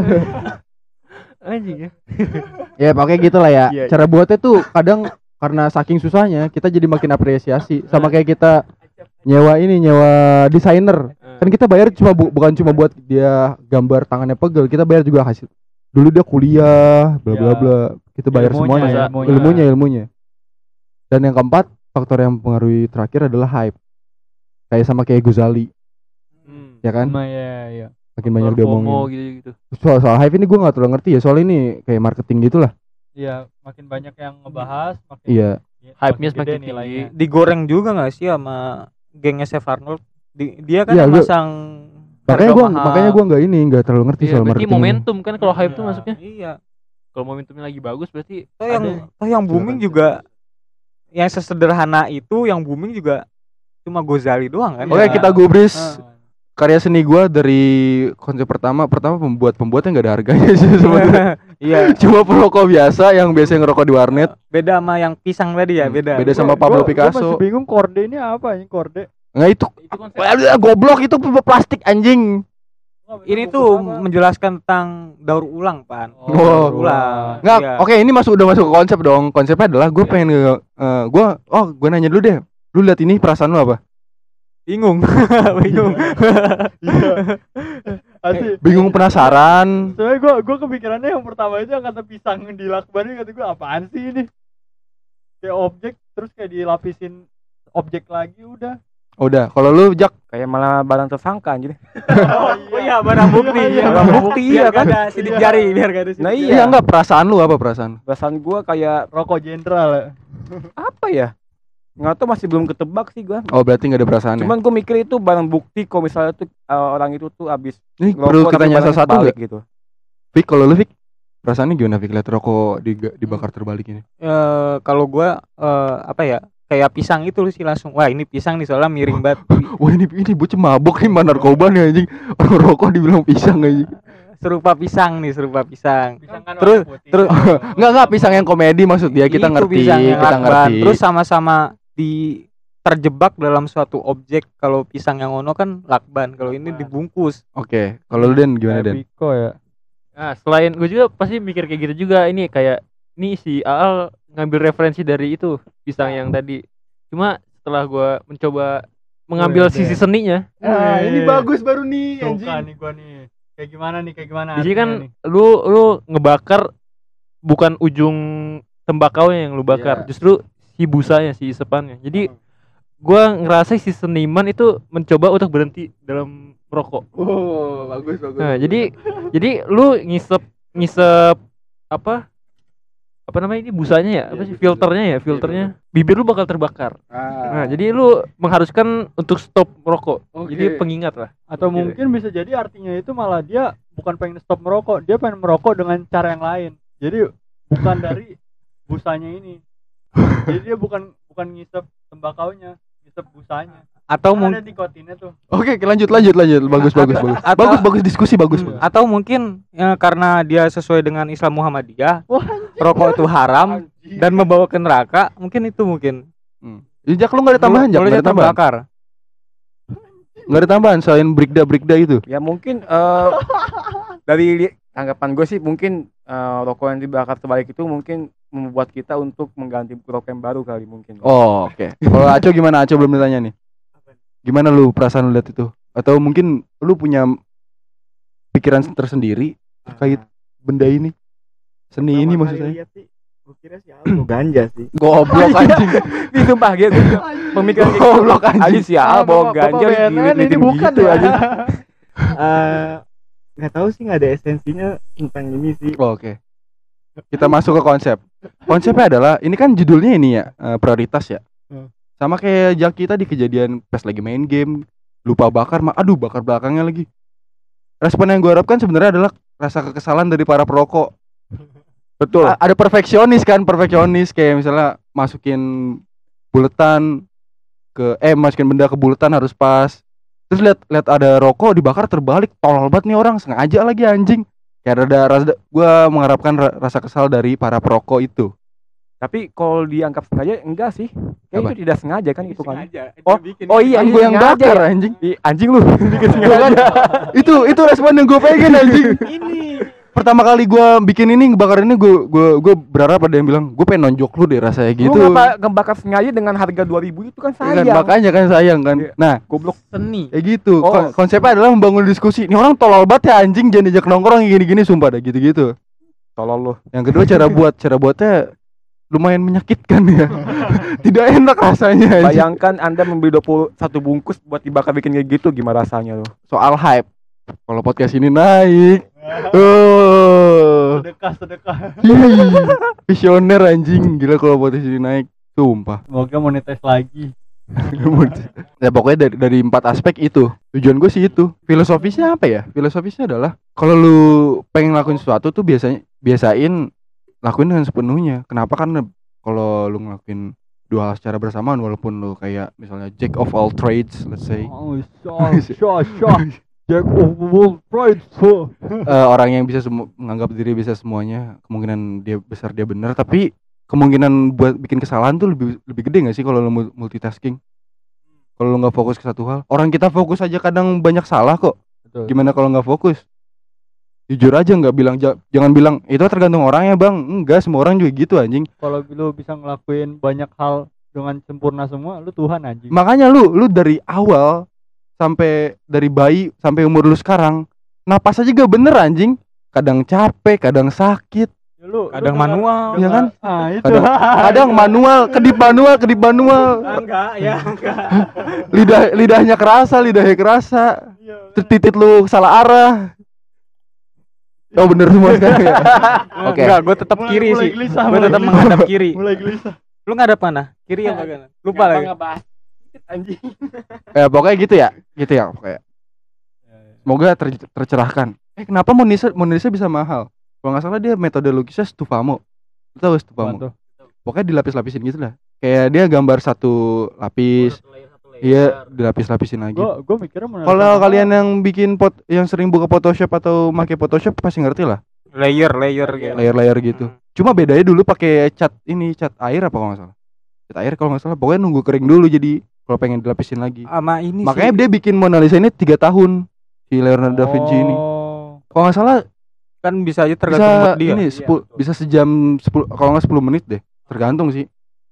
Anjing ya. Ya pakai gitu lah ya. Iya, Cara buatnya tuh kadang karena saking susahnya kita jadi makin apresiasi. Sama kayak kita nyewa desainer. Kan kita bayar bukan cuma buat dia gambar tangannya pegel, kita bayar juga hasil. Dulu dia kuliah, bla bla Iya. bla. Kita bayar Ilmunya, semuanya, ilmunya. Dan yang keempat, faktor yang mempengaruhi terakhir adalah hype. Kayak Ghazali, ya kan? Iya. Makin banyak diomongin. FOMO gitu. Soal hype ini gue nggak terlalu ngerti ya. Soal ini kayak marketing gitulah. Iya, makin banyak yang ngebahas, makin Iya. Hype-nya gede semakin nilainya. Digoreng juga nggak sih sama gengnya Chef Arnold? Dia kan Iya, yang gua- masang Makanya harga gue mahal. nggak terlalu ngerti Iya, soal berarti marketing. momentum kan kalau hype tuh Iya. masuknya. Iya. Kalau momentumnya lagi bagus berarti Yang booming juga yang sesederhana itu yang booming juga cuma Ghazali doang kan. Oke, kita gubris Ah. karya seni gua dari konsep pertama pembuatnya nggak ada harganya sih sebenarnya. Iya. Cuma perokok biasa yang biasanya ngerokok di warnet. Beda sama yang pisang tadi ya, beda. Beda sama Pablo Picasso. Gue masih bingung korde ini apa ini korde. Nggak itu. Goblok itu plastik anjing. Ini tuh menjelaskan tentang daur ulang, Pan. Oh. Daur ulang. Nggak, Iya. oke ini udah masuk ke konsep dong. Konsepnya adalah gue pengen gue nanya dulu deh. Lu lihat ini perasaan lu apa? Bingung. Bingung. Asli. Bingung, penasaran. Soalnya gue kepikirannya yang pertama itu yang kata pisang di lakban ini, kata gue apaan sih ini? Kayak objek terus kayak dilapisin objek lagi udah. Udah, kalau lu Jak Kayak malah barang tersangka anjir. Oh iya, barang bukti. Iya, barang bukti, iya kan? Ada sidik jari, biar gak ada sidik Nah, jari. iya enggak perasaan lu apa perasaan? Perasaan gua kayak Rokok jenderal ya. apa ya? Nggak tahu, masih belum ketebak sih gua. Oh, berarti enggak ada perasaan ya? Cuman gua mikir itu barang bukti kalau misalnya tuh orang itu tuh abis Ini perlu ngerokok kita tapi nyasar barangnya satu kebalik enggak? gitu. Fik, kalau lu Fik, perasaannya gimana Fik lihat rokok dibakar terbalik ini? Kalau gua apa ya? Kayak pisang itu lu sih langsung. Wah, ini pisang nih soalnya miring banget. Wah, ini bocah mabok nih, mana narkoba nih anjing. Orang rokok dibilang pisang anjing. Serupa pisang nih, serupa pisang. Pisang kan Terus- warna putih. terus- Enggak pisang yang komedi maksud dia, kita Itu ngerti, pisang yang kita lakban. ngerti. Terus sama-sama terjebak dalam suatu objek. Kalau pisang yang ono kan lakban, kalau ini Lakban. dibungkus. Oke, kalau lu Den gimana Kayak Den? Biko ya. Nah, selain gue juga pasti mikir kayak gitu juga, ini kayak nih si Aal ngambil referensi dari itu pisang yang tadi. Cuma setelah gue mencoba mengambil Wih, sisi Den. seninya, baru nih Suka nih gua nih. Kayak gimana nih? Kayak gimana? di sini kan artinya nih? lu ngebakar bukan ujung tembakaunya yang lu bakar, Iya. justru si busanya, si isepannya. Jadi gua ngerasa si seniman itu mencoba untuk berhenti dalam merokok. Oh, bagus. Nah, jadi lu ngisep apa namanya ini busanya ya? Apa sih filternya? Bibir lu bakal terbakar. Nah, jadi lu mengharuskan untuk stop merokok. Jadi pengingat lah. Atau Gitu. mungkin bisa jadi artinya itu malah dia bukan pengen stop merokok, dia pengen merokok dengan cara yang lain. Jadi bukan dari busanya ini. Jadi dia bukan ngisep tembakaunya, ngisep busanya. Atau Kan ada mungkin nikotinnya tuh. Oke, lanjut. Bagus. Bagus diskusi bagus. atau mungkin karena dia sesuai dengan Islam Muhammadiyah, Wah, rokok itu haram dan membawa ke neraka, mungkin itu mungkin. Jak lu enggak ada tambahan, Jak? Mulutnya Enggak ada tambahan. terbakar. Enggak ada tambahan selain brigda itu. Ya mungkin dari tanggapan gue sih mungkin rokok yang dibakar terbalik itu mungkin membuat kita untuk mengganti rokok yang baru kali mungkin. Oh, oke. Kalau Aco gimana? Aco belum ditanya nih. Gimana lu perasaan lu lihat itu? Atau mungkin lu punya pikiran tersendiri terkait benda ini? Seni ini maksud saya. Gue kira sih Aldo ganja sih. Goblok anjing. Ini sumpah gitu. Pemikiran kayak Goblok gitu. anjing. Si Al bawa ganja ini bukan gitu ya. aja. Nggak tahu sih, nggak ada esensinya tentang ini sih. Oh, oke. Kita masuk ke konsep. Konsepnya adalah ini kan judulnya ini ya, prioritas ya. Sama kayak Jaki tadi kejadian pas lagi main game lupa bakar, aduh bakar belakangnya lagi. Respon yang gue harapkan sebenarnya adalah rasa kekesalan dari para perokok. Betul. Ada perfeksionis kayak misalnya masukin buletan masukin benda ke buletan harus pas. Terus lihat ada rokok dibakar terbalik, tolol banget nih orang, sengaja lagi anjing. Kayak ada gua mengharapkan rasa kesal dari para perokok itu. Tapi kalau dianggap sengaja enggak sih. Kayak Apa? itu tidak sengaja kan itu kan. Oh iya, Ini gua yang sengaja bakar ya? anjing. Anjing lu. Bikin sengaja. Itu respon yang gue pengen anjing. Ini Pertama kali gua bikin ini ngebakar ini gue berharap ada yang bilang gue pengen nonjok lu deh rasanya gitu. Lu ngapa ngebakar sengaja dengan harga 2000 itu kan Kan, sayang. makanya kan sayang kan. Iya. Nah, Goblok. Seni. kayak gitu. Oh. Konsepnya adalah membangun diskusi. Ini orang tolol banget ya anjing, jangan diajak nongkrong gini-gini sumpah dah gitu-gitu. Tolol lu. Yang kedua cara buatnya lumayan menyakitkan ya. Tidak enak rasanya anjing. Bayangkan Anda membeli 21 bungkus buat dibakar bikin kayak gitu, gimana rasanya lu? Soal hype. Kalau podcast ini naik. Oh. Sedekah. Visioner anjing, gila kalau podcast ini naik. Sumpah. Semoga monetis lagi. Ya pokoknya dari 4 aspek itu. Tujuan gue sih itu. Filosofisnya apa ya? Filosofisnya adalah kalau lu pengen ngelakuin sesuatu tuh biasain lakuin dengan sepenuhnya. Kenapa? Karena kalau lu ngelakuin dua hal secara bersamaan, walaupun lu kayak misalnya jack of all trades, let's say. Oh, Jack of all trades. Orang yang bisa menganggap diri bisa semuanya, kemungkinan dia besar dia benar, tapi kemungkinan buat bikin kesalahan tuh lebih gede nggak sih kalau lu multitasking? Kalau lu nggak fokus ke satu hal, orang kita fokus aja kadang banyak salah kok. Betul. Gimana kalau nggak fokus? Jujur aja, nggak bilang jangan bilang itu tergantung orangnya bang. Enggak, semua orang juga gitu anjing. Kalau lu bisa ngelakuin banyak hal dengan sempurna semua, lu Tuhan anjing. Makanya lu dari awal sampai dari bayi sampai umur lu sekarang, napas aja gak bener anjing. Kadang capek, kadang sakit, Ya, lu Kadang nggak- manual. ya kan? Ah, itu. Kadang manual, kedip manual. Enggak, ya enggak. Lidahnya kerasa. Titit lu salah arah. Oh bener semua sekarang ya. Oke. Enggak, gue tetap kiri Mulai sih. gelisah, Gue mulai tetap gelisah. menghadap kiri. Mulai gelisah. Lu ngadap mana? Kiri apa kanan? Lupa lagi. Anjing. Ya pokoknya gitu ya pokoknya. Semoga tercerahkan. Kenapa Mona Lisa bisa mahal? Kalau nggak salah dia metode lukisnya Stufamo. Lu tahu Stufamo? Bantu. Pokoknya dilapis-lapisin gitu lah. Kayak dia gambar satu lapis, iya dilapis-lapisin lagi. Gua mikirnya Mona Lisa Kalau mahal. kalian yang bikin yang sering buka Photoshop atau make Photoshop pasti ngerti lah, Layer gitu. layer-layer gitu. Cuma bedanya dulu pakai cat air apa kalau nggak salah. Cat air kalau nggak salah. Pokoknya nunggu kering dulu jadi kalau pengen dilapisin lagi. Sama ini Makanya sih. dia bikin Mona Lisa ini 3 tahun si Leonardo da Vinci ini. Oh. Kalau nggak salah Kan bisa aja tergantung bisa mood dia. ini bisa sejam 10, kalau nggak 10 menit deh. Tergantung sih.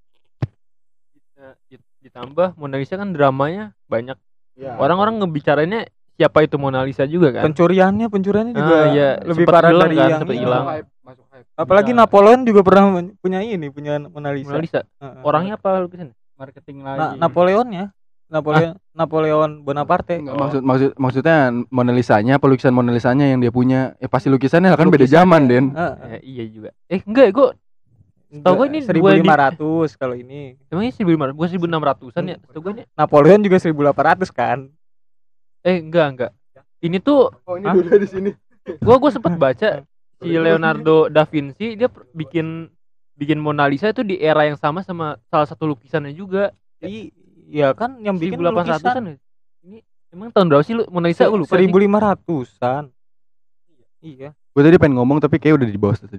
Ditambah Mona Lisa kan dramanya banyak. Iya. Orang-orang ngebicarainnya siapa itu Mona Lisa juga kan. Pencuriannya juga iya, lebih sempet parah hilang dari kan, yang sempet ini. hilang. Apalagi Napoleon juga pernah punya Mona Lisa. Mona Lisa. Heeh. Orangnya apa lukisan? Marketing lagi. Napoleonnya. Napoleon Bonaparte. Enggak, maksudnya Mona Lisanya apa lukisan Mona Lisanya yang dia punya? Ya pasti lukisannya lah, kan beda Lukisannya. zaman, Den. Heeh. Iya juga. Enggak, gua Setahu gua ini 1500 kalau ini. emangnya 1500 bukan 1600-an ya? Setahu gua ini. Napoleon juga 1800 kan. Enggak. Ini tuh Oh, ini Hah? dulu di sini. gua sempet baca si Leonardo da Vinci dia bikin Mona Lisa itu di era yang sama salah satu lukisannya juga. Iya kan yang bikin 1800-an lukisan ya? Ini emang tahun berapa sih Mona Lisa? Gua lupa. 1500-an. Iya. Gue tadi pengen ngomong tapi kayak udah di bawah tadi.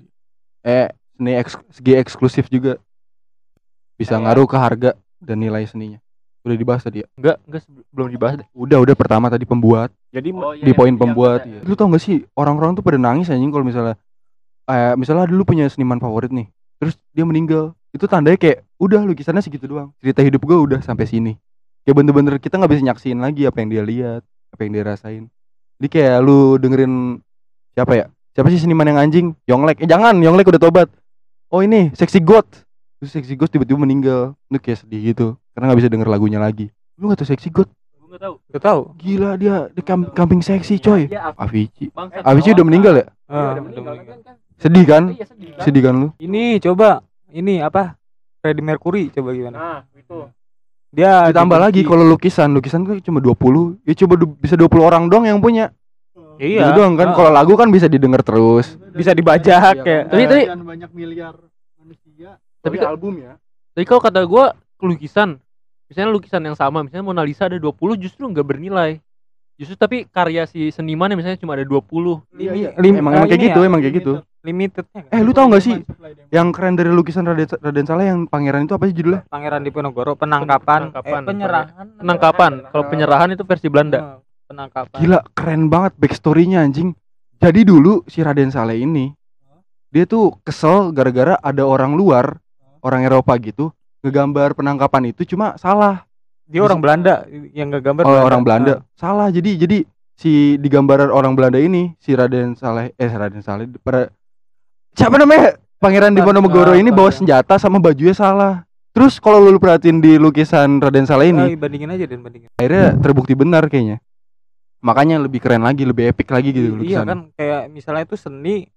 Segi eksklusif juga bisa ngaruh ke harga dan nilai seninya. Udah dibahas tadi ya. Enggak, belum dibahas deh. Udah pertama tadi pembuat. Jadi Di poin pembuat. Lu tau gak sih orang-orang tuh pada nangis anjing kalau misalnya dulu punya seniman favorit nih, terus dia meninggal. Itu tandanya kayak udah lukisannya segitu doang. Cerita hidup gue udah sampai sini. Kayak bener-bener kita nggak bisa nyaksiin lagi apa yang dia lihat, apa yang dia rasain. Jadi kayak lu dengerin siapa sih seniman yang anjing? Yonglek. Jangan, Yonglek udah tobat. Oh ini Sexy God. Terus Sexy God tiba-tiba meninggal. Lu kayak sedih gitu karena nggak bisa denger lagunya lagi. Lu nggak tahu Sexy God? Gua enggak tahu. Gak tahu. Gila dia camping seksi coy. Iya, Avicii. Bangsat. Avicii udah meninggal ya? Ah, Udah udah meninggal meninggal. Sedih kan? Iya, sedih kan? Sedih kan lu? Ini coba apa? Freddie Mercury coba gimana? Nah, itu. Dia Ditambah lagi dibenci. kalau lukisan kan cuma 20. Ya coba bisa 20 orang doang yang punya. Iya. Gitu doang kan. Ah. Kalau lagu kan bisa didengar terus. Bisa dibajak ya. Tapi Sekian banyak miliar manusia. Tapi album ya. Tapi kalau kata gua lukisan, misalnya lukisan yang sama, misalnya Mona Lisa ada 20 justru nggak bernilai. Justru tapi karya si seniman misalnya cuma ada 20. Emang kayak gitu, emang kayak gitu. Limitednya. Lu tau gak sih yang keren dari lukisan Raden Saleh yang pangeran itu apa sih judulnya? Pangeran Diponegoro penangkapan, Penangkapan. penyerahan. Penangkapan. Kalau penyerahan itu versi Belanda. Penangkapan. Gila, keren banget backstory-nya anjing. Jadi dulu si Raden Saleh ini dia tuh kesel gara-gara ada orang luar, orang Eropa gitu, ngegambar penangkapan itu cuma salah. Dia orang Belanda yang nggak gambar. Orang Belanda. Salah. Jadi si di gambaran orang Belanda ini si Raden Saleh pada siapa namanya? Pangeran Diponegoro ini bawa senjata sama bajunya salah. Terus kalau lu perhatiin di lukisan Raden Saleh ini, Bandingin aja dan bandingin. akhirnya terbukti benar kayaknya. Makanya lebih keren lagi, lebih epic lagi gitu Iya lukisannya. kan kayak misalnya itu seni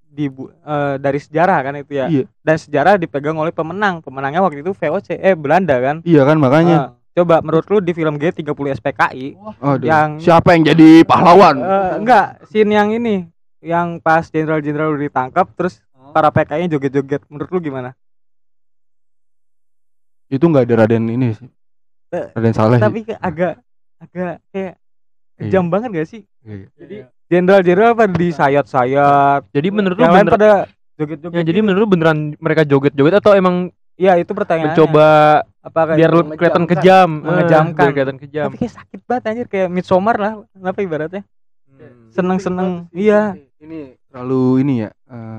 dari sejarah kan itu ya. Iya. Dan sejarah dipegang oleh pemenang. Pemenangnya waktu itu VOC Belanda kan. Iya kan makanya. Coba menurut lu di film G30 SPKI Aduh, yang siapa yang jadi pahlawan? enggak, scene yang ini yang pas jenderal-jenderal udah ditangkap terus para PKI-nya joget-joget. Menurut lu gimana? Itu nggak ada Raden ini sih. Raden Saleh. Tapi agak kayak kejam banget gak sih? Iya. Jadi Jenderal-jenderal apa disayat-sayat. Jadi menurut lu Yang lain bener, pada joget-joget. ya, jadi gitu. menurut lu beneran mereka joget-joget atau emang Iya, itu pertanyaannya. mencoba apa kayak biar kelihatan kejam, Mengejamkan. biar kelihatan kejam. Tapi kayak sakit banget anjir, kayak Midsommar lah. Apa ibaratnya? Seneng-seneng. Iya. Ini terlalu ini ya,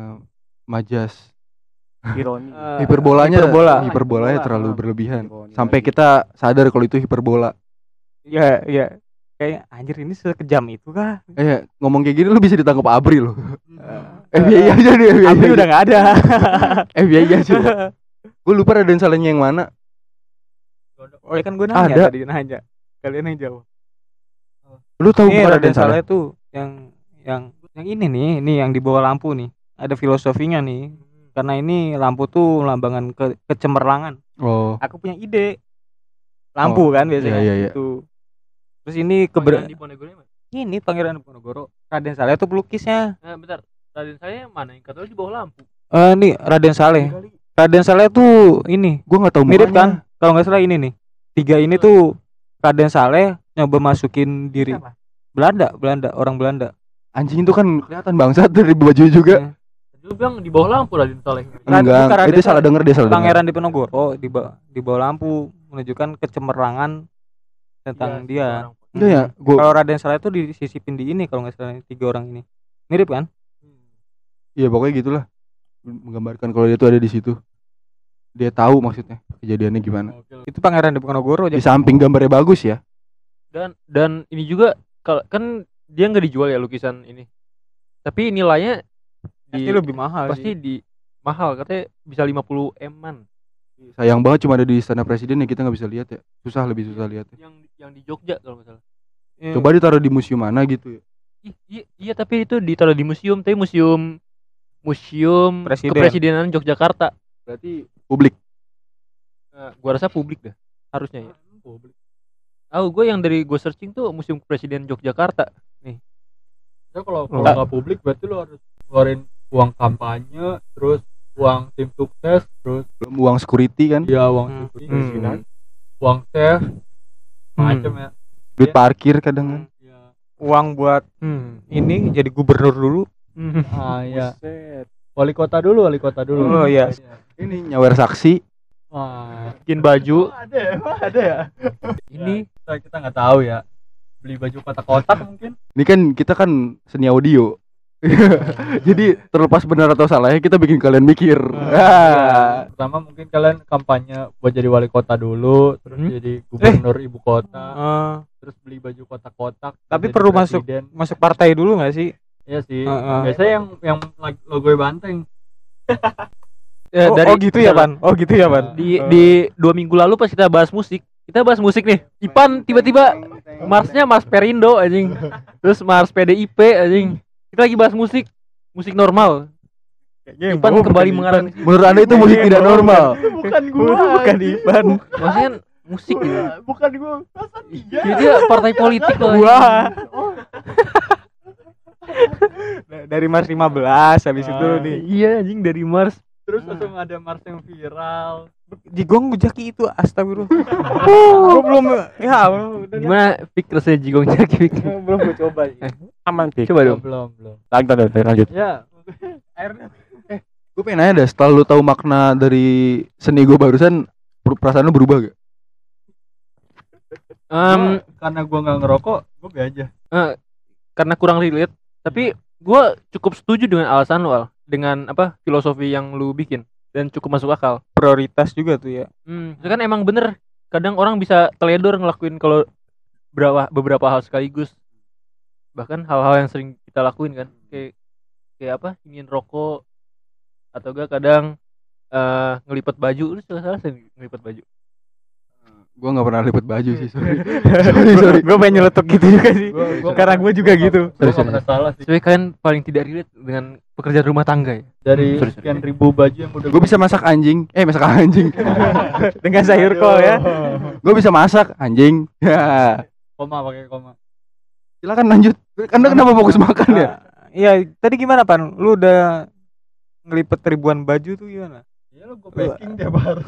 majas. Ironi. Hiperbolanya Hiperbola. terlalu berlebihan. Ironi Sampai lagi. kita sadar kalau itu hiperbola. Iya. Kayak anjir ini sekejam itu kah? Ngomong kayak gini lu bisa ditangkap ABRI loh. FBI aja nih, FBI. Tapi udah enggak ada. FBI aja. Gue lupa Raden Salehnya yang mana. Oh, ya kan gue nanya Ada. tadi nanya. Kalian yang jawab. Lu tahu Ini bukan Raden Raden Saleh? Saleh tuh yang ini nih yang di bawah lampu nih. Ada filosofinya nih. Karena ini lampu tuh melambangkan kecemerlangan. Oh, Aku punya ide. Lampu kan biasanya. iya. Itu. Terus ini Pangeran Diponegoro mana? ini Pangeran Diponegoro. Raden Saleh tuh pelukisnya. Bentar. Raden saya yang mana? Yang katanya di bawah lampu. Nih Raden Saleh. Raden Saleh tuh ini gue nggak tahu mirip mukanya. kan? Kalau nggak salah ini nih. 3 ini tuh Raden Saleh nyoba masukin diri Belanda, orang Belanda. Anjing itu kan kelihatan bangsat dari baju juga. Tadi lu bilang di bawah lampu Raden Saleh. Enggak, bukan Raden itu salah Saleh. denger dia salah denger. Pangeran Diponegoro di bawah lampu menunjukkan kecemerlangan tentang dia. Enggak ya, Kalau Raden Saleh itu disisipin di ini kalau nggak salah 3 orang ini. Mirip kan? Iya pokoknya gitulah. Menggambarkan kalau dia tuh ada di situ. Dia tahu maksudnya kejadiannya gimana. Itu Pangeran Diponegoro Di aja. samping gambarnya bagus ya. Dan ini juga kan dia nggak dijual ya lukisan ini. Tapi nilainya Pasti lebih mahal pasti sih. di mahal katanya bisa 50 M-an. Sayang banget cuma ada di istana presiden ya, kita nggak bisa lihat ya. Lebih susah lihat. Yang di Jogja kalau nggak salah. Iya. Coba ditaruh di museum mana gitu ya. Iya tapi itu ditaruh di museum, tapi museum Presiden. Kepresidenan Yogyakarta. Berarti publik. Gua rasa publik dah harusnya ya. Publik. Gue yang dari gue searching tuh Museum Kepresiden Yogyakarta. Ya kalau nggak publik berarti lu harus keluarin uang kampanye, terus uang tim sukses, terus Belum uang security kan. ya uang uang chef, macam ya. Duit parkir kadang kan. Ya. Uang buat ini jadi gubernur dulu. Ya. Wali kota dulu. Oh iya. Ini nyawer saksi. Bikin baju. Ada ya. Ini Kita nggak tahu ya. Beli baju kotak-kotak mungkin. Ini kan kita kan seni audio. Jadi terlepas benar atau salahnya kita bikin kalian mikir. Pertama mungkin kalian kampanye buat jadi wali kota dulu, terus jadi gubernur ibu kota, terus beli baju kotak-kotak. Tapi jadi perlu presiden. masuk partai dulu nggak sih? Iya sih. Biasanya yang logo banteng. Gitu ya, Pan. Oh gitu ya, Pan. di 2 minggu lalu pas kita bahas musik nih. Ipan tiba-tiba Marsnya Mars Perindo anjing. Terus Mars PDIP anjing. Kita lagi bahas musik normal. Ipan kembali mengarang. Menurut Anda itu musik tidak normal. Bukan gua. Bukan Ipan. Maksudnya musik gitu. Bukan gua. Masa dia? Jadi dia partai politik loh. Dari Mars 15 habis itu nih. Iya anjing dari Mars. Terus langsung ada Mars yang viral. Jigong Jaki itu astagfirullah. Gua belum Gimana Fik rasanya Jigong Jaki Fik? belum gua coba. Aman sih. Coba dong. Belum. Lanjut. Ya. Gue pengen nanya dah, setelah lu tahu makna dari seni gue barusan, perasaan lu berubah gak? Karena gua nggak ngerokok, gua be aja. Karena kurang relate. Tapi gue cukup setuju dengan alasan lu Al. Dengan filosofi yang lu bikin. Dan cukup masuk akal. Prioritas juga tuh ya. Itu kan emang bener. Kadang orang bisa teledor ngelakuin kalau beberapa hal sekaligus. Bahkan hal-hal yang sering kita lakuin kan. Kayak ingin rokok. Atau gak kadang ngelipet baju. Lu salah ngelipet baju. Gue gak pernah lipet baju sih, sorry. Gue pengen nyeletuk gitu juga sih. Karena gue juga gitu. Gua nggak pernah salah sih. Sebenarnya kalian paling tidak relate dengan pekerjaan rumah tangga ya. Dari Sorry. sekian ribu baju yang udah Gue bisa masak anjing. Dengan sayur kol ya. Gue bisa masak anjing. pakai koma. Silakan lanjut. Anda kenapa fokus makan ya? Iya, tadi gimana Pan? Lu udah ngelipet ribuan baju tuh gimana? Iya lo gue packing tiap hari.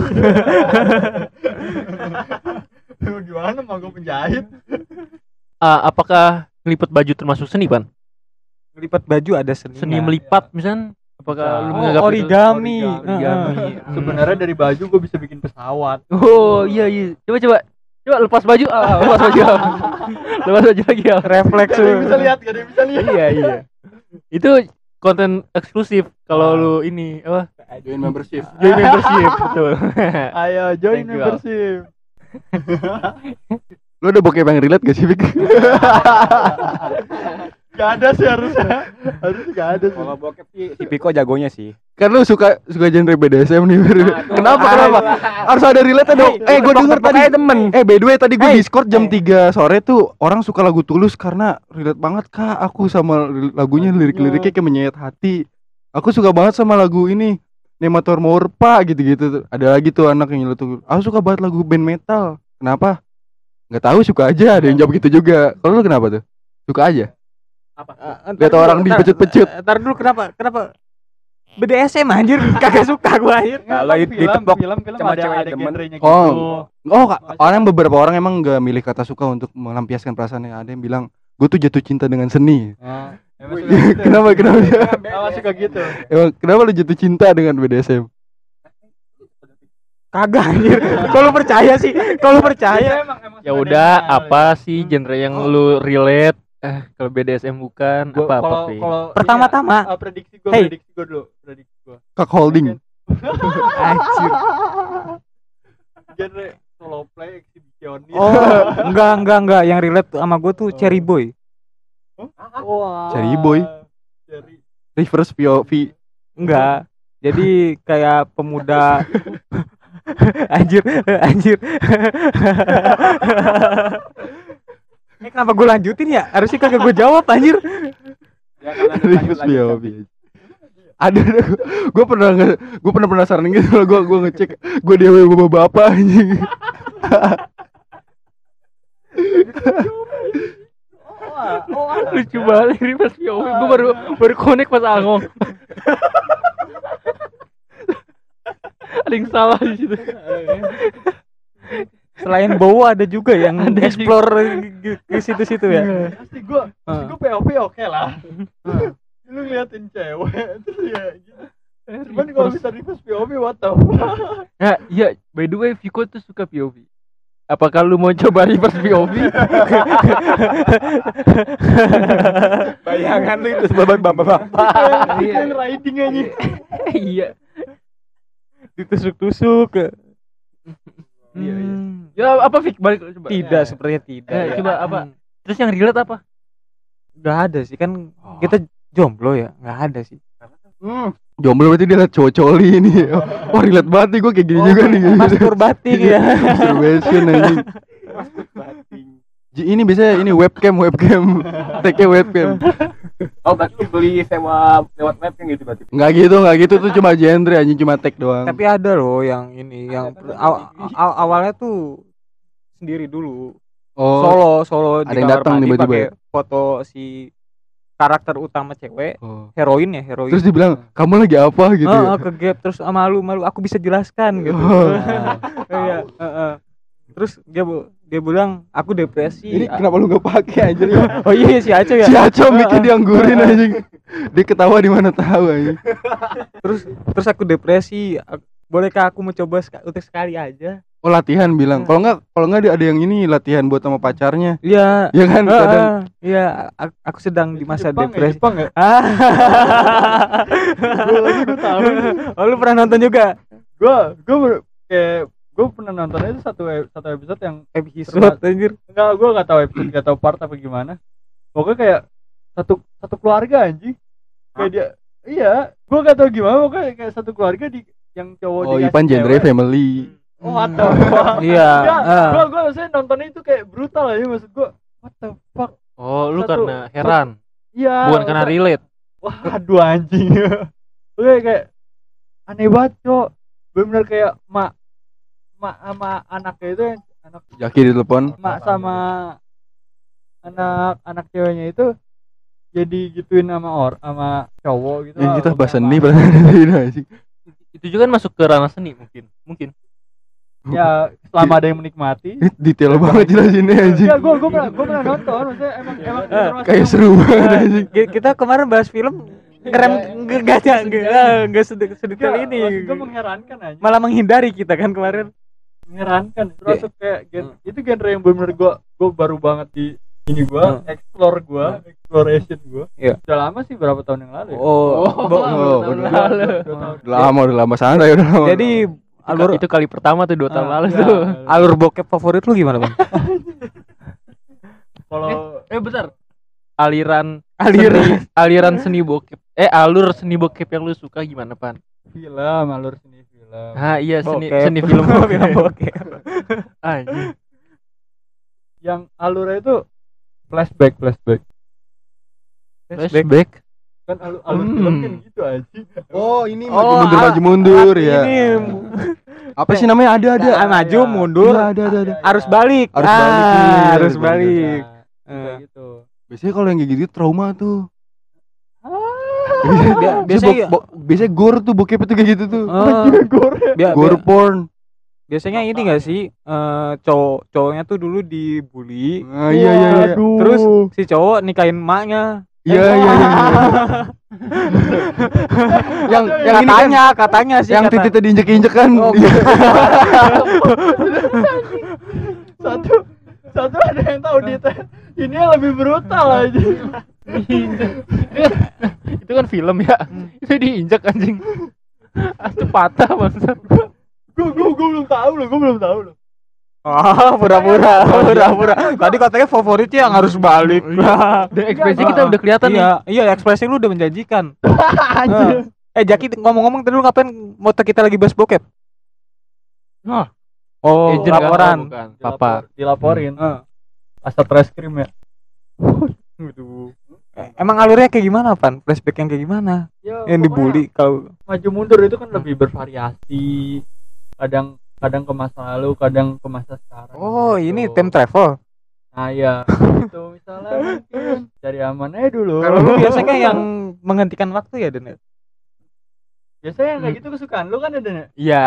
Lu gimana mah gue penjahit? Apakah ngelipet baju termasuk seni, Pan? Ngelipat baju ada seninya. Seni melipat misalnya? Apakah lu Oh, menganggap itu origami. origami? Sebenarnya dari baju gue bisa bikin pesawat. Oh iya. Coba lepas baju. Lepas baju. Lepas baju lagi ya. Refleks Gak ada yang bisa lihat, gak ada yang bisa lihat. Iya. Itu konten eksklusif kalau lu ini apa? Join membership. Join membership, betul. Ayo join Thank you, Al. membership. Lu ada bokep yang relate gak sih, Fik? Gak ada sih harusnya gak ada sih. Kalau bokep sih si Piko jagonya sih. Kan lu suka genre BDSM nih. Kenapa? Harus ada relate dong. Gue denger tadi temen. by the way tadi gue Discord jam 3 sore tuh orang suka lagu Tulus karena relate banget Kak aku sama lagunya, lirik-liriknya kayak menyayat hati. Aku suka banget sama lagu ini Nemator Morpa gitu-gitu. Ada lagi tuh anak yang nyeletuk, aku suka banget lagu band metal. Kenapa? Nggak tahu, suka aja. Ada yang jawab gitu juga. Kalau lu kenapa tuh? Suka aja. Lihat orang dipecut-pecut. Ntar dulu kenapa BDSM anjir kagak suka gua anjir. Kalau ditepok film sama ada cewek demen. genrenya gitu. Orang beberapa orang emang nggak milih kata suka untuk melampiaskan perasaannya. Ada yang bilang, gue tuh jatuh cinta dengan seni. Emang suka gitu. Kenapa? Emang suka gitu. Emang kenapa lu jatuh cinta dengan BDSM? Kagak anjir. Kalau percaya sih, kalau percaya. Emang Ya udah, apa sih genre yang lu relate? Kalau BDSM bukan apa sih? Pertama-tama. Prediksi gue dulu. Kak holding. Anjir. Genre solo play eksibisionis. Oh, enggak. Yang relate sama gua tuh Cherry Boy. Wah. Cherry Boy. Reverse POV. Enggak. Jadi kayak pemuda anjir. Kenapa gue lanjutin ya? Harusnya kagak gue jawab anjir. Ya kan Reverse POV. Ada gue pernah penasaran gitu. Gue ngecek gue dewe bapak anjing. Lucu banget ini pas POV. Gue baru connect pas Angong. Ada yang salah di situ. Selain Bowo ada juga yang Ada explore ke situ-situ ya. Pasti gue POV oke lah. Lu ngeliatin cewek terus ya gitu. Cuman kalau bisa reverse POV what the fuck. Ya, by the way Viko tuh suka POV. Apakah lu mau coba reverse POV? bayangan lu itu sebagai bapak-bapak. Yang riding aja. Iya. Ditusuk-tusuk. Iya. Ya apa Vik, balik coba. Tidak, sepertinya tidak. Coba apa? Terus yang relate apa? Enggak ada sih kan kita jomblo ya, enggak ada sih. Jomblo berarti dia liat cowok-cowok ini. Wah relate banget nih gue kayak gini juga nih. Masturbating ya. Masturbation anjing. Ini biasanya ini webcam. Take webcam. Oh berarti beli sewa lewat webcam gitu berarti. Enggak gitu tuh cuma genre anjing, cuma tag doang. Tapi ada loh yang ini yang awalnya tuh sendiri dulu. Oh. Solo Ada yang datang tiba-tiba ya? pakai foto si karakter utama cewek, heroin. Terus dibilang, "Kamu lagi apa?" gitu. Ke gap terus malu, aku bisa jelaskan gitu. Iya, Terus dia bilang, "Aku depresi." Ini kenapa lu enggak pakai anjir? Oh iya si Aco ya. Si Aco bikin dianggurin anjing. Dia ketawa di mana tahu anjing. Terus aku depresi. Bolehkah aku mencoba untuk sekali aja? Oh latihan bilang. Kalau enggak ada yang ini latihan buat sama pacarnya. Iya. Ya kan kadang. Iya, aku sedang di masa depresi. Jepang ya? Gue tahu. Oh, lu pernah nonton juga? Gue pernah nonton itu satu episode yang Episode anjir. enggak, gue nggak tahu episode, nggak tahu part apa gimana. Pokoknya kayak satu keluarga anjing. Kayak dia, iya, gue nggak tahu gimana. Pokoknya kayak satu keluarga yang cowok Oh, dikasih Ipan genre cewek. family. Oh, what the fuck. Iya. Gue saya nontonnya itu kayak brutal aja, maksud gue. What the fuck. Oh, lu karena heran. Iya. Bukan karena relate. Wah, aduh anjing. Oke, kayak aneh banget, Cok. Bener kayak mak sama anaknya itu yang anak Jaki di telepon. mak sama anak ceweknya itu jadi gituin sama cowok gitu. Yang kita bahas seni padahal anjing. itu juga kan masuk ke ranah seni mungkin. Ya selama ada yang menikmati. Detail banget jelasinnya anjing. Ya gue pernah nonton, maksudnya emang termasuk Kayak seru banget anjing. Kita kemarin bahas film ngerem enggak sedetail ini. Gue mengherankan aja. Malah menghindari kita kan kemarin. Mengherankan. Termasuk kayak itu genre yang bener gue baru banget di ini gue exploration gue. Iya. Udah lama sih, berapa tahun yang lalu ya? Udah lama santai udah lama. Jadi alur Itu kali pertama tuh 2 tahun lalu tuh. alur bokep favorit lu gimana, Bang? Kalau Bentar. Aliran seni bokep. Alur seni bokep yang lu suka gimana, Pan? alur seni film. Ah iya, Bokep. seni film Film bokep. Anjing. Yang alurnya itu flashback. Flashback. Kan alur film kan gitu aja. Oh, ini maju mundur ya. Ini Apa sih namanya? Ada. maju mundur. Iya, ada. Arus balik. Arus balik, iya, Arus bener. balik. Kayak gitu. Biasanya kalau yang kayak gitu trauma tuh. Biasanya Biasanya gore tuh, bokep itu kayak gitu tuh. Gore Biasanya porn. biasanya ini enggak sih cowoknya tuh dulu dibully. Ah, iya. Terus si cowok nikahin emaknya. Iya. yang ini kan katanya sih yang kata- titiknya diinjek-injek kan. Oh, Satu ada yang tahu detail. Ini yang lebih brutal aja. Itu kan film ya. Itu diinjak anjing. Itu patah bangsat. Gue belum tahu loh. Oh, pura-pura. Tadi katanya favoritnya yang harus balik. Dan ekspresi kita udah kelihatan nih. Iya, ekspresi lu udah menjanjikan. Jaki ngomong-ngomong tadi lu ngapain motor kita lagi bahas bokep? Nah, Oh, agent kan? laporan. Oh, bukan. Apa? Dilaporin. Satreskrim ya. Gitu. Emang alurnya kayak gimana, Pan? Flashback yang kayak gimana? Ya, Yang dibully kalau maju mundur itu kan lebih bervariasi. Kadang ke masa lalu, kadang ke masa sekarang. Oh, ini gitu. time travel. Nah ya, itu misalnya mungkin cari aman aja dulu. Kalau lu biasanya yang menghentikan waktu ya, Den? Biasanya yang kayak gitu kesukaan lu kan ya, Den? Iya.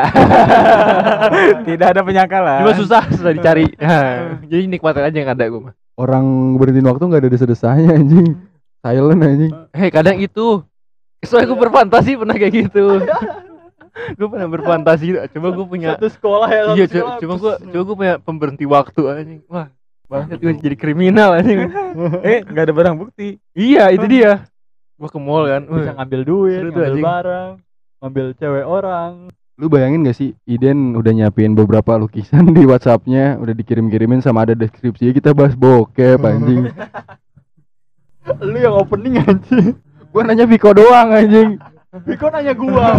Tidak ada penyangkalan. Cuma susah dicari. Jadi nikmatin aja yang ada gue mah. Orang berhentiin waktu enggak ada desa-desanya anjing. Silent anjing. Kadang itu. Soalnya gue berfantasi pernah kayak gitu. Gue pernah berfantasi. Coba gue punya. Satu sekolah ya. Iya, cuma gue punya pemberhenti waktu anjing. Wah, banget gue jadi kriminal anjing. Enggak ada barang bukti. Iya, itu dia. Gue ke mall kan. Bisa ngambil duit, Seru tuh, ngambil anjing. barang, ngambil cewek orang. Lu bayangin gak sih, Iden udah nyiapin beberapa lukisan di WhatsApp-nya, udah dikirim-kirimin sama ada deskripsinya, kita bahas bokep anjing. Lu yang opening anjing. Gua nanya Viko doang anjing. Viko nanya gua.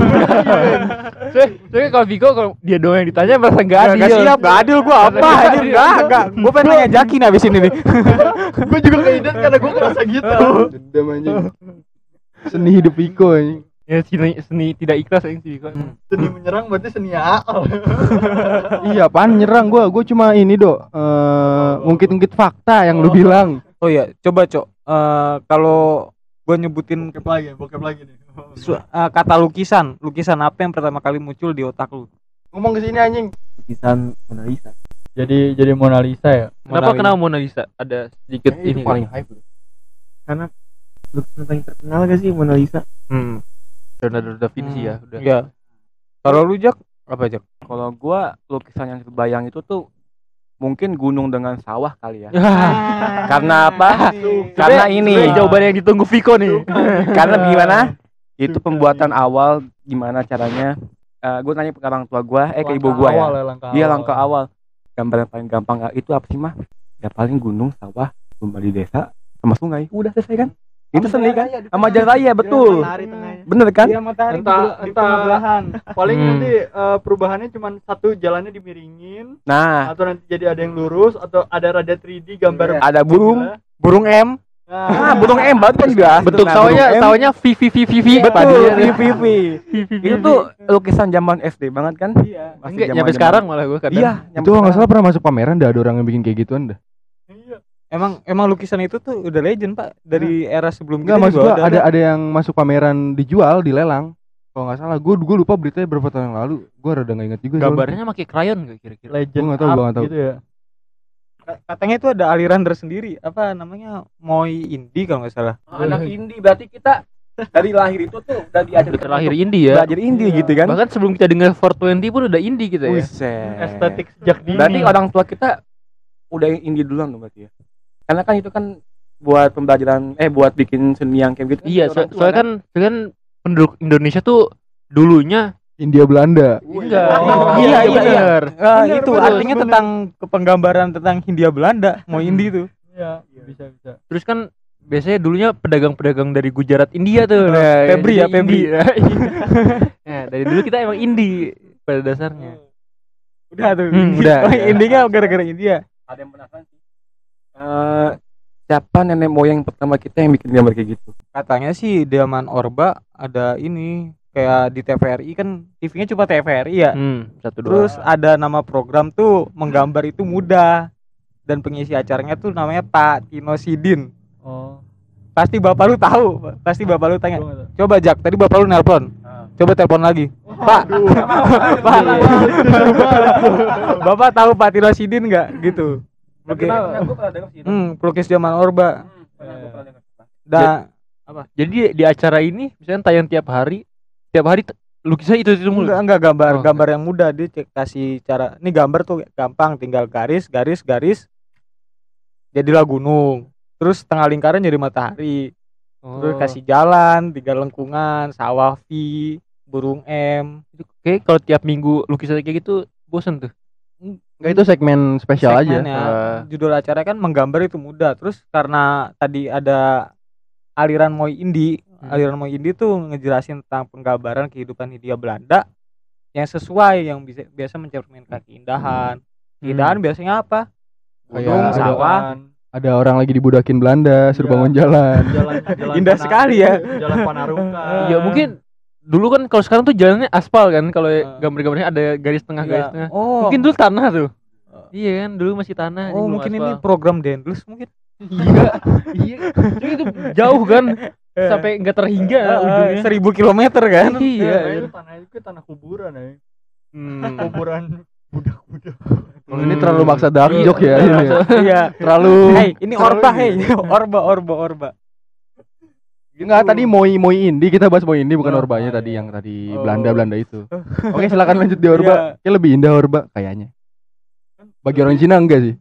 Soalnya kalau Viko, kalau dia doang yang ditanya merasa nggak adil. Enggak siap, enggak adil gua apa anjir, enggak. Gua pengen nanya Jaki nih abis ini nih. Gua juga keidet karena gua ngerasa gitu. Dendam anjing. Seni hidup Viko anjing. Ya seni tidak ikhlas anjing si Viko. Seni menyerang berarti seni akal. Iya, apaan nyerang gua cuma ini, ngungkit-ngungkit fakta yang lu bilang. Oh iya, coba, Cok. Kalau gua nyebutin Bokep lagi nih. kata lukisan apa yang pertama kali muncul di otak lu? Ngomong ke sini anjing. Lukisan Mona Lisa. Jadi Mona Lisa ya. Kenapa kenal Mona Lisa? Ada sedikit ini paling hype. Karena lukisan paling terkenal gak sih Mona Lisa? Leonardo da Vinci ya udah. Iya. Kalau lu Jak, apa Jak? Kalau gua lukisan yang terbayang itu tuh mungkin gunung dengan sawah kali ya. Karena apa? Karena ini jawaban yang ditunggu Viko nih. karena gimana? Itu pembuatan awal gimana caranya? Gue nanya ke orang tua gue, ke ibu gue ya. Iya, langkah awal. Gambar yang paling gampang itu apa sih mah? Ya paling gunung, sawah, rumah di desa, sama sungai. Udah selesai kan? Itu seni kan? Sama jalan raya, betul. Bener kan? Iya, matahari Entah paling nanti perubahannya cuma satu jalannya dimiringin Nah, atau nanti jadi ada yang lurus atau ada rada 3D gambar ada burung. burung M. Nah, Burung embat kan juga. Bentuk Nah, sawahnya VV. betul. Itu tuh lukisan zaman SD banget kan? iya. Masih Enggak, zaman-zaman- nyampe sekarang malah gue kadang. Iya, Itu nggak salah pernah masuk pameran, ada orang yang bikin kayak gituan dah. Iya. Emang lukisan itu tuh udah legend, Pak, dari era sebelum Enggak, kita maksud juga gua ada yang masuk pameran dijual, dilelang. Kalau nggak salah, gue lupa beritanya berapa tahun yang lalu. Gue rada nggak ingat juga. Gambarnya pakai krayon nggak kira-kira? Legend Gua nggak tahu, Art gua nggak tahu. gitu ya. Katanya itu ada aliran tersendiri, apa namanya, Moi Indie kalau nggak salah. Anak indie berarti kita dari lahir itu tuh udah diajarkan Terlahir untuk indie ya. belajar indie Iya. gitu kan. Bahkan sebelum kita dengar 420 pun udah indie kita ya. Buset. Estetik sejak dini. Berarti orang tua kita udah indie duluan dong berarti ya. Karena kan itu kan buat pembelajaran buat bikin seni yang kayak gitu. Iya, orang tua soalnya kan penduduk Indonesia tuh dulunya India Belanda. enggak. Oh, iya, iya, bener. Nah, itu bener, artinya bener. tentang penggambaran tentang Hindia Belanda, Moi Indie itu. Iya, bisa. Terus kan biasanya dulunya pedagang-pedagang dari Gujarat India tuh. Nah, Febri ya, jadi Febri. indie. Nah, dari dulu kita emang indie pada dasarnya. Udah tuh. Udah. Oh, Indinya gara-gara India. Ada yang penasaran sih. Siapa nenek moyang pertama kita yang bikin gambar kayak gitu? Katanya sih Delman Orba ada ini kayak di TVRI kan, TV-nya cuma TVRI ya. Satu dua. Terus ada nama program tuh menggambar itu mudah, dan pengisi acaranya tuh namanya Pak Tino Sidin. Oh. Pasti bapak lu tahu, pasti bapak lu tanya. Gua nggak tahu. Coba Jak, tadi bapak lu nelpon. Coba telepon lagi. Pak. Pak. Bapak tahu Pak Tino Sidin enggak gitu? Pelukis, Gue pernah dengar sih itu. pelukis zaman Orba. Gue pernah dengar. Jadi di acara ini misalnya tayang tiap hari lukisan itu mulu. Enggak gambar, Oh, gambar yang mudah. Dia kasih cara. Ini gambar tuh gampang, tinggal garis. Jadilah gunung. Terus tengah lingkaran jadi matahari. Terus kasih jalan, 3 lengkungan, sawah V, burung M. Oke, kalau tiap minggu lukisan kayak gitu bosen tuh. Enggak, itu segmen spesial aja. Segmennya. Judul acara kan menggambar itu mudah. Terus karena tadi ada aliran Moi Indie, aliran Moi Indie tuh ngejelasin tentang penggambaran kehidupan Hindia Belanda yang sesuai, yang biasa mencerminkan keindahan. Keindahan biasanya apa? Gunung, Kayak sawah. Ada orang lagi dibudakin Belanda, suruh Iya. bangun jalan. Jalan Indah sekali ya. Jalan Panarukan. Ya mungkin dulu kan kalau sekarang tuh jalannya aspal kan, kalau gambar-gambarnya ada garis tengah garis tengah. Oh, Mungkin dulu tanah tuh. Iya kan, dulu masih tanah. oh belum mungkin aspal. ini program Dendels mungkin. Iya. Jadi itu jauh kan, sampai enggak terhingga ujungnya. 1000 kilometer kan. Iya. Itu tanah itu tanah kuburan ya. Kuburan budak-budak. Kalau ini terlalu maksa dark joke ya. Ini ya. Iya. Terlalu. Hey, ini Orba, hey. Orba. Enggak, tadi Moi Indie, kita bahas Moi Indie bukan Orbanya tadi, yang tadi Belanda itu. Oke, silakan lanjut di Orba. Kayak lebih indah Orba kayaknya. Bagi orang Cina enggak sih?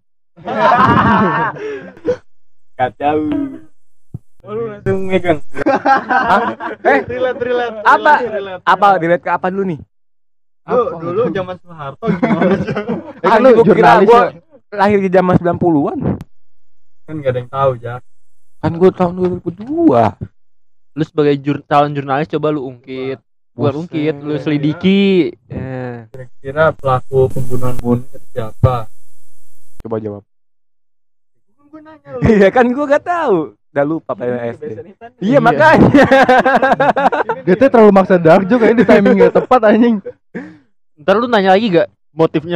Kacau. Lu langsung megang. Relate. Apa dilihat ke apa dulu nih? Dulu zaman Soeharto gimana aja. Kan lu Gua kira jurnalis gua ya? lahir di zaman 90-an. Kan enggak ada yang tahu, Jak. Kan gua tahun 2002. Lu sebagai calon jurnalis coba lu ungkit. Bukan ungkit, lu selidiki. Kira-kira pelaku pembunuhan Munir siapa? Coba jawab. Gue nanya lu. Iya kan gua gak tahu. Udah lupa pada SD. Iya. Iya makanya. Dia tuh terlalu maksa dark joke kayaknya, di timing gak tepat anjing. Ntar lu nanya lagi gak motifnya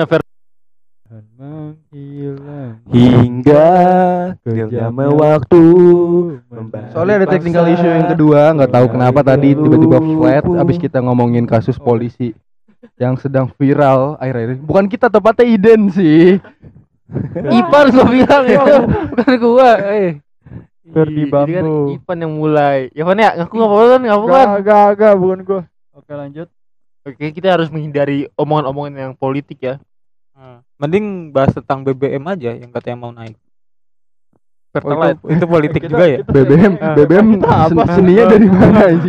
Menghilang. Hingga kejamnya waktu. Soalnya ada technical issue yang kedua, nggak tahu kenapa tadi tiba-tiba flat abis kita ngomongin kasus polisi yang sedang viral akhir-akhir ini. Bukan kita, tepatnya Iden sih. Ipan gua bilang itu, bukan gua. Ferdi Jadi kan Bambu. Ipan yang mulai. Ya Pan ya, ngaku enggak apa-apa kan, enggak apa-apa. Gak, bukan gua. Oke, lanjut. Oke, kita harus menghindari omongan-omongan yang politik ya. Mending bahas tentang BBM aja yang katanya mau naik. Pertalite. Itu politik Kita- juga ya. kita- BBM kita apa? seninya dari mana anjing?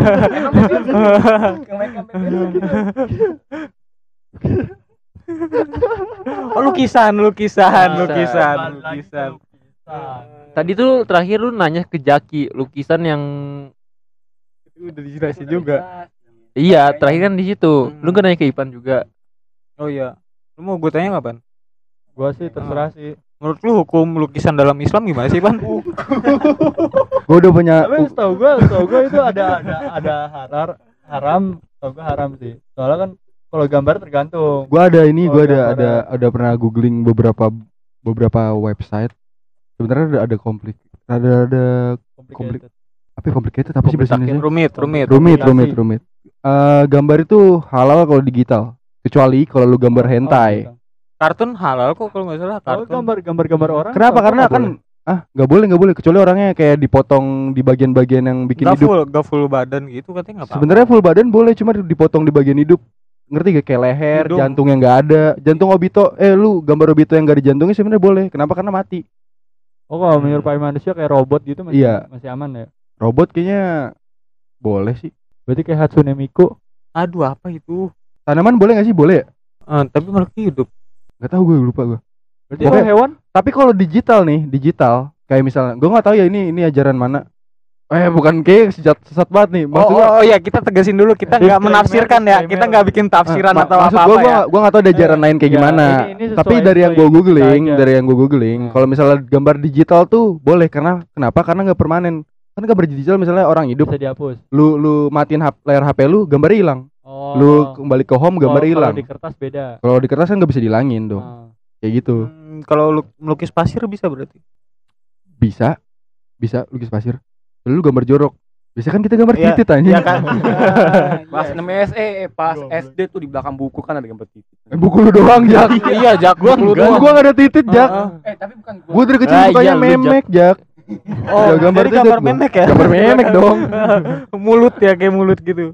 Oh, lukisan. Tadi tuh terakhir lu nanya ke Jaki, lukisan yang Udah dijelasin juga. iya, terakhir kan di situ. Lu kan nanya ke Ipan juga. Oh iya. Lu mau gue tanya kapan? Gua sih terserah sih. Menurut lu hukum lukisan dalam Islam gimana sih, Pan? Gue udah punya. Tapi setahu gua itu ada haram, setahu gua haram sih. Soalnya kan kalau gambar tergantung. Gue ada ini, gue Oh, ada pernah googling beberapa website. Sebenarnya ada Complicated. apa complicated apa sih bahasa Indonesia? Rumit. Rumit. gambar itu halal kalau digital. Kecuali kalau lu gambar hentai. Kartun halal kok kalau nggak salah. Kalau Kartun. gambar orang. Kenapa? Karena kan nggak boleh kecuali orangnya kayak dipotong di bagian-bagian yang bikin hidup. Gak full badan gitu katanya nggak apa-apa. Sebenarnya full badan boleh, cuma dipotong di bagian hidup. Ngerti gak? Kayak leher, Hidung. jantung yang nggak ada, jantung Obito. Lu gambar Obito yang nggak ada jantungnya sebenarnya boleh. Kenapa? Karena mati. Oh, kalau menyerupai manusia kayak robot gitu masih Iya. masih aman ya. Robot kayaknya boleh sih. Berarti kayak Hatsune Miku. Aduh apa itu? Tanaman boleh nggak sih? Boleh ya? Tapi makhluk hidup. Nggak tahu, gue lupa gue. Berarti Pokoknya- kalau hewan Tapi kalau digital kayak misalnya, gue nggak tahu ya ini ajaran mana. Bukan kayak sesat banget nih. Oh iya, kita tegasin dulu, kita nggak Disclaimer, menafsirkan ya, kita disclaimer. nggak bikin tafsiran atau maksud apa-apa ya. Gue nggak tahu ada ajaran lain kayak Ya, gimana. ini sesuai- Tapi dari yang gue googling, Hmm. kalau misalnya gambar digital tuh boleh kenapa? Karena nggak permanen. Kan gambar digital misalnya orang hidup, bisa dihapus. lu matiin layar HP lu, gambar hilang. Oh. Lu kembali ke home, gambar hilang. Kalau di kertas beda. Kalau di kertas kan nggak bisa dihilangin dong. Ah. Kayak gitu. Kalau melukis pasir bisa berarti. Bisa lukis pasir. Lu gambar jorok. Biasa kan kita gambar Iya, titit aja. Iya kan? Pas 6 pas SD tuh di belakang buku kan ada gambar titik. Buku lu doang, Jak. Iya, Jak, gua Gua nggak ada titit, Jak. Tapi bukan Gua dari kecil Ah, sukanya iya, lu, memek, Jak. Oh, Ya, gambar jadi titik gambar gua. memek ya? Gambar memek dong. Mulut ya, kayak mulut gitu.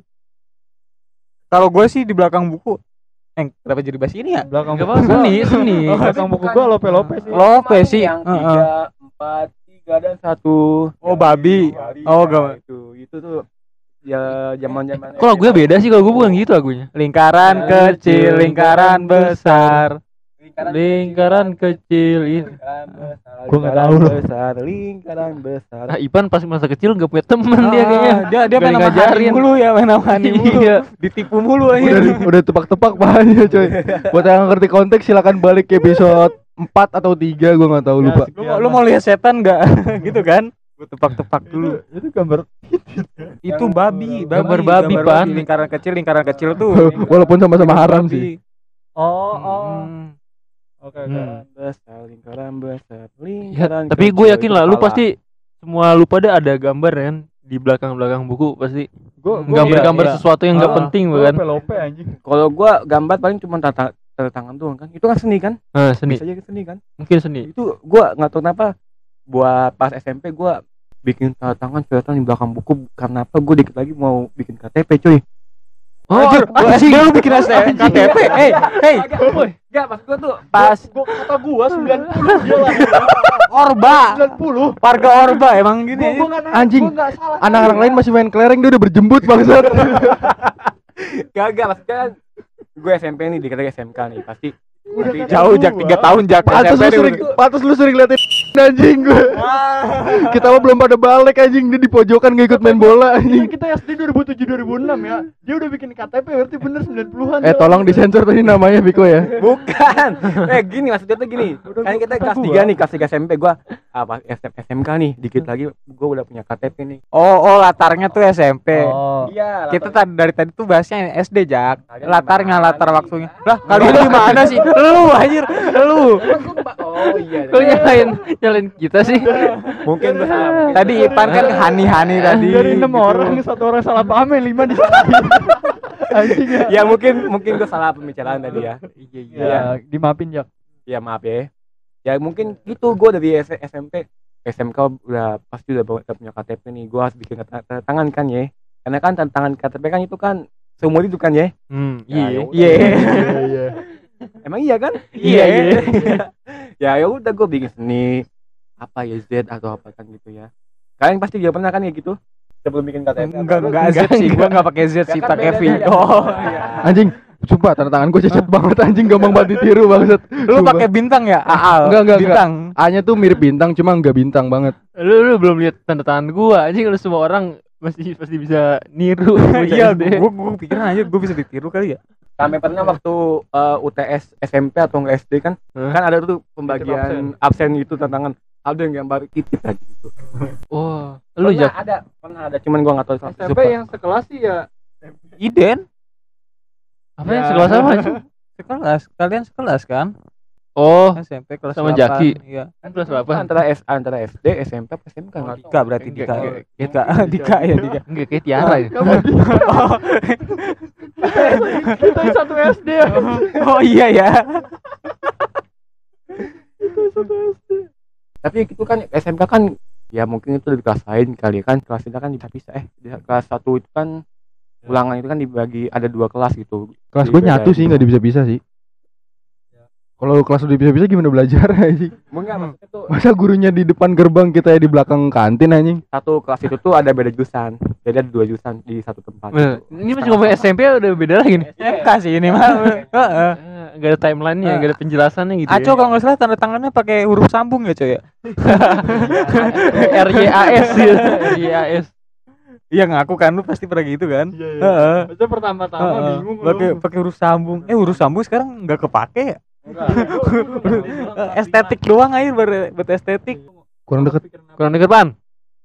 Kalau gue sih di belakang buku. Kenapa jadi bahas ini ya? Belakang Enggak buku apa-apa, gua- seni. Belakang buku gua lope-lope sih. Lope sih. Yang 3, 4, 3 dan 1. Oh, babi. Oh, gambar. Itu tuh ya zaman-zaman. Kalau gue beda sih, kalau gue bukan gitu lagunya. Lingkaran kecil, lingkaran besar. Lingkaran kecil ini. Gua nggak tahu loh. Besar, lingkaran besar. Ah, Ipan pas masa kecil nggak punya temen dia kayaknya. Dia Nggak main sama Hani ngajarin. mulu ya, main sama Hani mulu. Iya. Ditipu mulu aja. Udah tepak-tepak pahanya, coy. Buat yang ngerti konteks silakan balik ke episode 4 atau 3, gua nggak tahu, lupa. Lu mau lihat setan enggak? Gitu kan? Gue tepak-tepak dulu. Itu gambar Itu babi, Gambar babi, Pan. Lingkaran kecil tuh. Walaupun sama-sama haram Babi. sih. Oh. Hmm. Oke. Lingkaran besar, Ya, lingkaran tapi gue kecil. yakin Itu lah, lu salah. pasti semua lu pada ada gambar kan di belakang buku pasti. Gua Gambar-gambar iya. sesuatu yang nggak penting kan. Lope anjing. Kalau gua gambar paling cuma tanda tangan doang kan. Itu kan seni kan? Nah, seni. Bisa aja seni kan? Mungkin seni. Itu gua nggak tahu kenapa buat pas SMP gua bikin tanda tangan coretan di belakang buku. Karena apa? Gua dikit lagi mau bikin KTP, coy. Oh, SD lu bikin KTP. Hey. Enggak, pas gua tuh Pas Kata gua 90 dia lah. Orba. 90. Warga Orba emang gini. Anjing. Anak-anak lain masih main kelereng, dia udah berjembut bangsat. Gak, maksudnya kan gue SMP nih, dikit lagi SMK nih, pasti Jauh Jak 3 tahun Jak. Pantes lu sering liatin anjing gue. Kita mah belum pada balik anjing, dia di pojokan gak ikut main bola anjing. Kita SD 2007 2006 ya. Dia udah bikin KTP berarti bener 90-an. Tolong disensor tadi namanya Biko ya. bukan. Gini maksudnya tuh gini. Kan kita kelas 3 nih, kelas 3 SMP gua SMK nih, dikit lagi gua udah punya KTP nih. Oh, latarnya tuh SMP. Oh. Iya. Kita dari tadi tuh bahasnya SD Jak. Latarnya latar waktunya. Lah, kalian gimana sih? Lu anjir, lu. Oh iya. Kok nyalain kita sih? Mungkin gua salah. Tadi Ipan kan Hani tadi. Dari 6 orang, satu orang salah paham, 5 disalahin. Anjing ya. Ya mungkin gua salah pembicaraan tadi ya. Iya. Ya, dimaafin Jak. Ya maaf ya. Ya mungkin gitu, gua dari SMP SMK udah pasti udah punya KTP nih. Gua harus bikin tanda tangan kan ya. Karena kan tanda tangan KTP kan itu kan seumur hidup kan ya. Iya. Iya. Emang iya kan? Iya. Ya udah gue bikin seni apa ya Z atau apa kan gitu ya. Kalian pasti juga pernah kan kayak gitu? Sebelum bikin KTP. Enggak Z sih, gua enggak pakai Z sih, kan pakai V. beda-beda. Oh. Anjing, sumpah tanda tangan gue cacat banget anjing, gampang banget ditiru bangsat. Lu pakai bintang ya? Aal. Enggak. Bintang. A-nya tuh mirip bintang cuma enggak bintang banget. Lu belum lihat tanda tangan gua anjing, lu semua orang pasti bisa niru. Iya, gua pikiran aja gua bisa ditiru kali ya. Sampai pernah waktu UTS SMP atau nggak SD kan, kan ada tuh pembagian absen gitu tantangan. Ada yang gambar titik aja gitu. Oh, lu Jak. Pernah ada, cuman gua nggak tahu. SMP yang sekelas sih ya. Iden. Apa yang sekelas sama anjing? Sekelas. Kalian sekelas kan? Oh, SMP kelas sama 8. Jaki. Iya. Kan kelas berapa? Antara SD, SMP, SMK enggak tahu. Dika berarti Dika. Enggak, Dika ya Dika. enggak kayak Tiara ya. Kita satu SD ya. Oh iya ya. Tapi itu kan SMK kan ya mungkin itu di kelas lain kali kan, kelas kita kan bisa di kelas 1 itu kan ulangan itu kan dibagi ada 2 kelas gitu. Kelas gue nyatu sih, nggak bisa-bisa sih. Kalau kelas udah bisa-bisa gimana belajar sih? Enggak, maksudnya tuh Masa gurunya di depan gerbang, kita ya di belakang kantin anjing? satu kelas itu tuh ada beda jurusan. Jadi ada 2 jurusan di satu tempat. Ini masih ngomong SMP udah beda lagi nih. SMK sih ini mah. Heeh. Enggak ada timelinenya, enggak ada penjelasannya gitu. Aco kalau nggak salah tanda tangannya pakai huruf sambung ya, coy ya. RYAS gitu. RYAS. Iya ngaku kan lu pasti pernah gitu kan? Iya. Heeh. Itu pertama-tama bingung Pakai huruf sambung. Huruf sambung sekarang nggak kepake ya? Enggak. Estetik doang aja buat estetik. Kurang deket. Kurang dekat pan.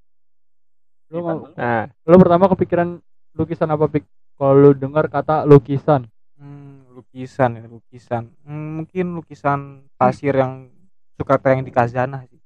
Lu Nah, pertama kepikiran lukisan apa, Pik? Kalau lu dengar kata lukisan. Lukisan. Mungkin lukisan pasir yang suka tayang di Kazana sih.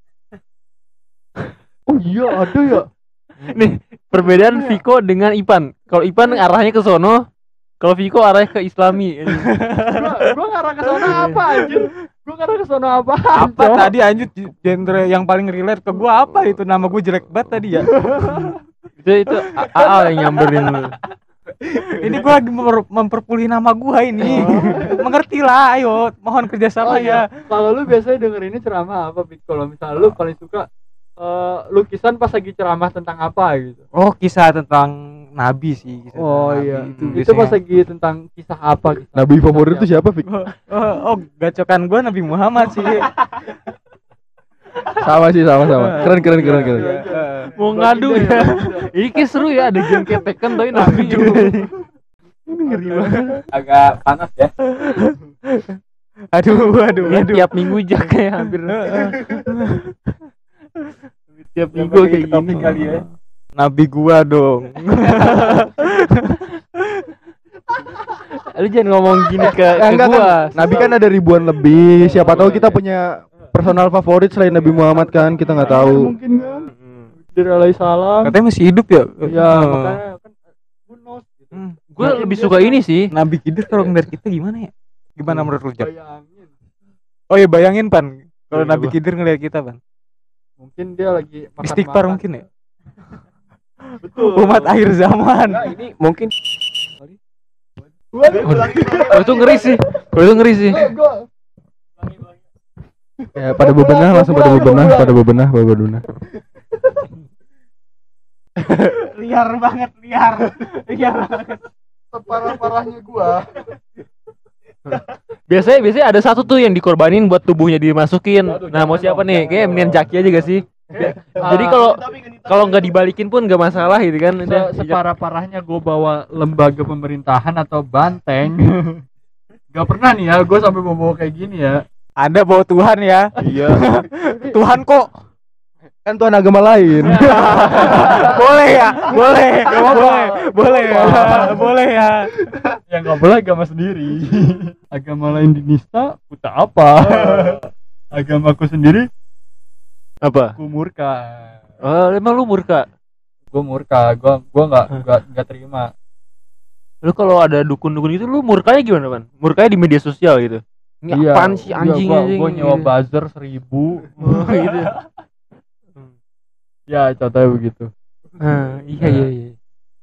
Oh iya, ada ya. nih perbedaan Viko dengan Ipan. Kalau Ipan arahnya ke sono, kalau Viko arahnya ke Islami. Gua ngarah ke sana apa anjir? Gua ngarah ke sana apa? Apa tadi anjir genre yang paling relate ke gua apa itu? Nama gua jelek banget tadi ya. Itu AA yang nyamberin lu. Ini gua lagi memperpulih nama gua ini. Mengertilah, ayo mohon kerjasama ya. Kalau lu biasanya denger ini ceramah apa, Pik? Kalau misalnya lu paling suka lukisan pas lagi ceramah tentang apa gitu? Oh, kisah tentang Nabi sih. Kisah Oh tentang iya, Nabi. itu pas lagi tentang kisah apa? Kisah Nabi favorit itu siapa, Fik? Oh, gacokan gua Nabi Muhammad sih. Sama. Keren. Mau ngadu ya. Ini kayak seru ya, ada game kayak Tekken tapi Nabi. Ngeri banget. Agak panas ya. Aduh. Tiap minggu kayak hampir. Tiap minggu kayak gini kali ya. Nabi gua dong. Lu jangan ngomong gini ke Enggak gua. kan, Nabi kan ada ribuan lebih. Siapa tahu kita punya personal favorit selain Nabi Muhammad kan, kita nggak tahu. Mungkin kan. Dari alaihissalam. Katanya masih hidup ya? Ya, makanya kan bunuh gitu. Gue lebih suka ini sih. Nabi Khidir kalau ngeliat kita gimana ya? Gimana menurut lu, Jak? Bayangin. Oh ya bayangin, Pan. Kalau Iya, Nabi Bang. Khidir ngeliat kita, Pan. Mungkin dia lagi makan. Istighfar mungkin ya? Betul. Umat akhir zaman. Nah, ini mungkin Kalau itu ngeri sih. Ya, pada bebenah langsung pada bebenah. Liar banget. Separah-parahnya gua. Biasanya ada satu tuh yang dikorbanin buat tubuhnya dimasukin. Nah, mau siapa nih? Kayak mendingan Jaki aja gak sih? Jadi kalau nggak dibalikin pun nggak masalah gitu kan. Separah-parahnya gua bawa lembaga pemerintahan atau banteng. Gak pernah nih ya, gua sampai bawa kayak gini ya. Anda bawa Tuhan ya? Iya. Tuhan kok Kan Tuhan agama lain. boleh ya? Boleh ya. Ya nggak boleh agama sendiri. Agama lain dinista, puta apa? Agamaku sendiri, Apa? ku murka. Oh, emang lu murka? Gua murka, gua nggak terima. Lu kalau ada dukun-dukun itu lu murkanya gimana, Man? Murkanya di media sosial gitu. Ini apaan sih anjing iya, gua nyewa gitu. buzzer 1.000. Oh, gitu. Ya contohnya begitu. Iya.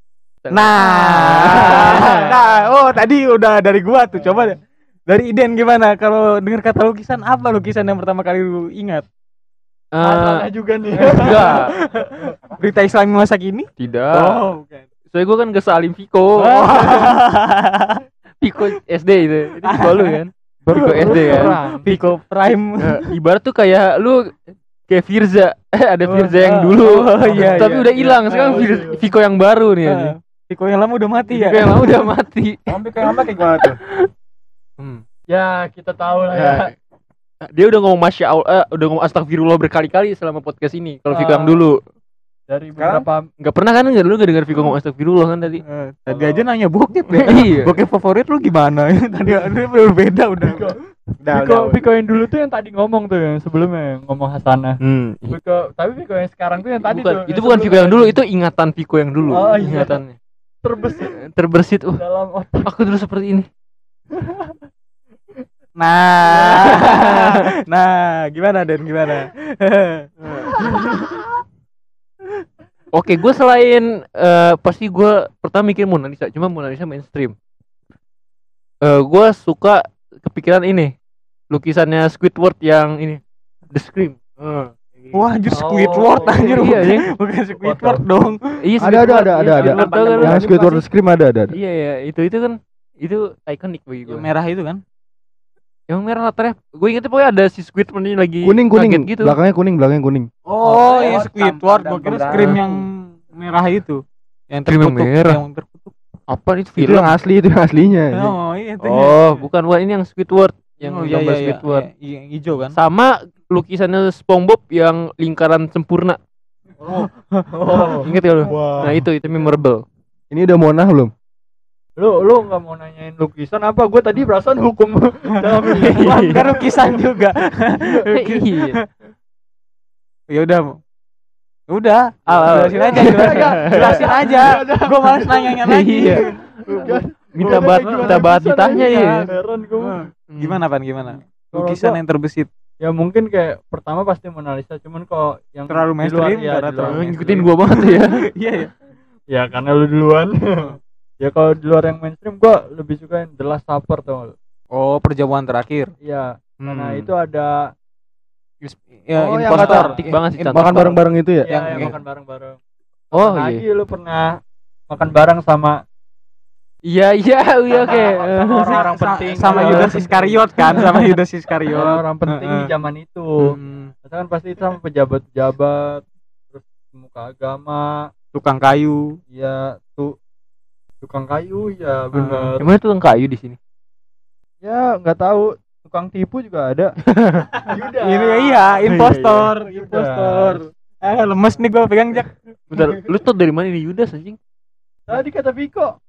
Oh tadi udah dari gua tuh. Coba deh. Dari Iden gimana? Kalau dengar kata lukisan, apa lukisan yang pertama kali lu ingat? Masalah juga nih. Enggak. Berita Islami masa kini? Tidak. Oh, bukan. Soalnya gua kan ke Salim Viko. Viko SD itu. Itu Viko lu kan? Viko SD kan. Viko Prime. Ibarat tuh kayak lu kayak Firza. Ada Firza yang dulu. Tapi udah hilang. Sekarang Viko yang baru nih anjing. Viko yang lama udah mati ya? Viko yang lama udah mati. Viko yang lama kayak gimana tuh? Ya kita tahu lah ya. Dia udah ngomong Masya Allah, udah ngomong astagfirullah berkali-kali selama podcast ini. Kalau Viko yang dulu Dari beberapa nggak pernah kan, nggak dengar Viko ngomong astagfirullah kan tadi. Tadi aja nanya bokep ya. Iya. Bokep favorit lu gimana? Tadi berbeda udah. Piko yang dulu tuh yang tadi ngomong tuh yang sebelumnya yang ngomong Hasanah. Tapi Piko yang sekarang tuh yang tadi tuh. Itu bukan Piko yang dulu, itu ingatan Piko yang dulu. Oh, iya. Ingatannya. Terbersit dalam otak. Aku dulu seperti ini. Nah, gimana Den? Gimana? Oke, gue selain pasti gue pertama mikir Mona Lisa, cuma Mona Lisa mainstream. Gue suka kepikiran ini, lukisannya Squidward yang ini, The Scream. Wah, anjir Squidward anjir. Iya, bukan Squidward dong. Iya, ada. Yang Squidward The Scream ada. Iya, itu kan itu ikonik bagi gue. Yang merah itu kan? Yang merah latarnya, gue ingetnya pokoknya ada si Squidward ini lagi kuning gitu. belakangnya kuning. Oh, iya Squidward, gue kira Scream yang merah itu. Yang tertutup, yang tertutup. Apa itu Itu film? yang asli, itu yang aslinya. Oh, iya itu. Bukan ini yang Squidward, yang gambar Squidward. Yang hijau kan? Sama lukisannya SpongeBob yang lingkaran sempurna. Ingat ya lu? Nah, itu memorable. Ini udah Mona belum? Lu nggak mau nanyain lukisan apa? Gue tadi perasaan hukum dalam kan lukisan juga. Iya. Ya udah, jelasin aja. Gue malas nanya lagi. Minta banget ditanya ya. Heran gue. Gimana lukisan yang terbesit? Ya mungkin kayak pertama pasti Mona Lisa, cuman kok yang terlalu mainstream karena terlalu ngikutin gua banget ya. Iya. Ya karena lu duluan. Ya kalau di luar yang mainstream gua lebih suka yang The Last Supper tuh. Oh, perjamuan terakhir. Iya. Karena itu ada impostor. Banget sih makan bareng-bareng itu ya? Yang makan bareng-bareng. Oh iya. Lagi lu pernah makan bareng sama Iya oke. Orang penting sama Yudas Iskariot kan, orang penting di zaman itu. Kan pasti itu sama pejabat-pejabat, terus pemuka agama, tukang kayu. Iya, tukang kayu ya benar. Gimana tukang kayu di sini? Ya nggak tahu, tukang tipu juga ada. Ini iya, impostor. Lemes nih gua pegang Jak. Bentar, lu tau dari mana ini Yudas anjing? Tadi kata Viko.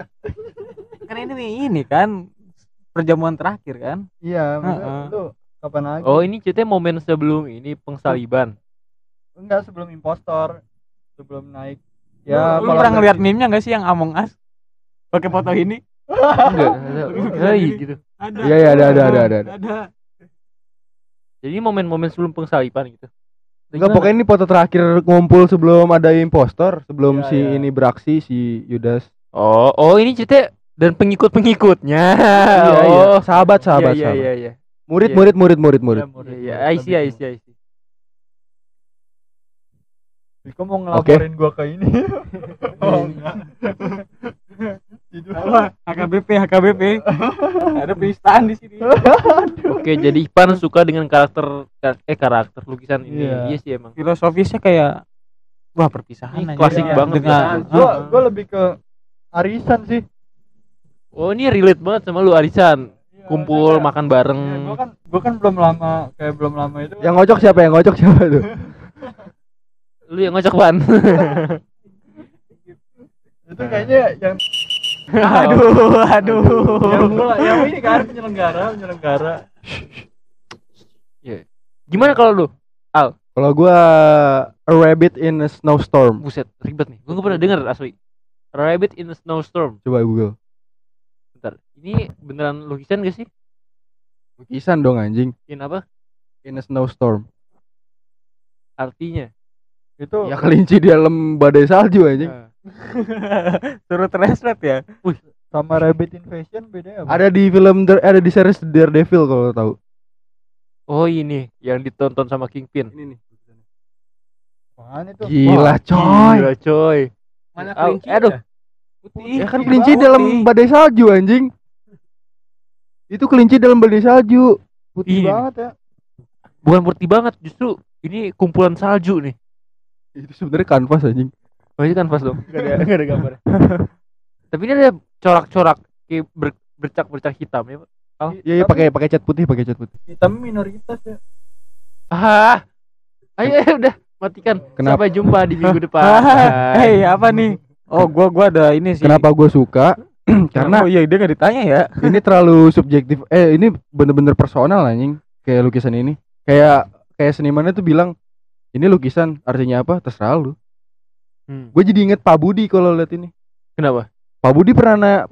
Kan ini kan perjamuan terakhir kan? Iya, lu kapan lagi? Oh, ini ceritanya momen sebelum ini pengsaliban. Enggak, sebelum impostor, sebelum naik. Ya, lu pernah ngeliat meme-nya enggak sih yang Among Us? Pakai foto ini? Enggak, gitu. Iya, ada. Jadi momen-momen sebelum pengsaliban gitu. Enggak, pokoknya ini foto terakhir ngumpul sebelum ada impostor, sebelum ini beraksi si Yudas. Oh, ini cerita dan pengikut-pengikutnya. Iya. Sahabat. Iya. Murid. Iya, I see. Viko mau ngelaporin gua ke ini. Oh, enggak. HKBP. Ada penistaan di sini. Oke, jadi Ipan suka dengan karakter lukisan ini. Iya sih emang. Filosofisnya kayak perpisahan aja. Klasik banget dengan gua lebih ke arisan sih. Oh, ini relate banget sama lu arisan. Kumpul makan bareng. Gua kan belum lama itu. Yang ngocok siapa tuh? Lu yang ngocok Pan. Itu kayaknya yang aduh. Yang ini kan penyelenggara. Iya. Gimana kalau lu? Al. Kalau gua A Rabbit in a Snowstorm. Buset, ribet nih. Gua enggak pernah denger asli. Rabbit in a Snowstorm. Coba Google. Bentar. Ini beneran lukisan gak sih? Lukisan dong anjing. In apa? In a Snowstorm. Artinya itu ya kelinci di dalam badai salju anjing. Suruh translate ya. Sama Rabbit Invasion beda ya? Ada di film ada di series Daredevil kalau tahu. Oh, ini yang ditonton sama Kingpin. Ini nih. Apaan itu? Gila coy. Mana kelinci? Aduh. Putih. Ya kan kelinci dalam badai salju anjing. Itu kelinci dalam badai salju. Putih banget ya. Bukan putih banget, justru ini kumpulan salju nih. Itu sebenarnya kanvas anjing. Oh, itu kanvas dong. Enggak ada gambar. Tapi ini ada corak-corak kayak bercak-bercak hitam ya, Pak. Iya, pakai cat putih. Hitam minoritas ya. Ayo udah matikan. Kenapa? Sampai jumpa di minggu depan. Apa nih? Oh, gua ada ini sih. Kenapa gua suka? Karena iya dia nggak ditanya ya. ini terlalu subjektif. Ini bener-bener personal anjing. Kayak lukisan ini. Kayak senimannya tuh bilang ini lukisan artinya apa terserah lu. Gue jadi inget Pak Budi kalau lihat ini. Kenapa? Pak Budi pernah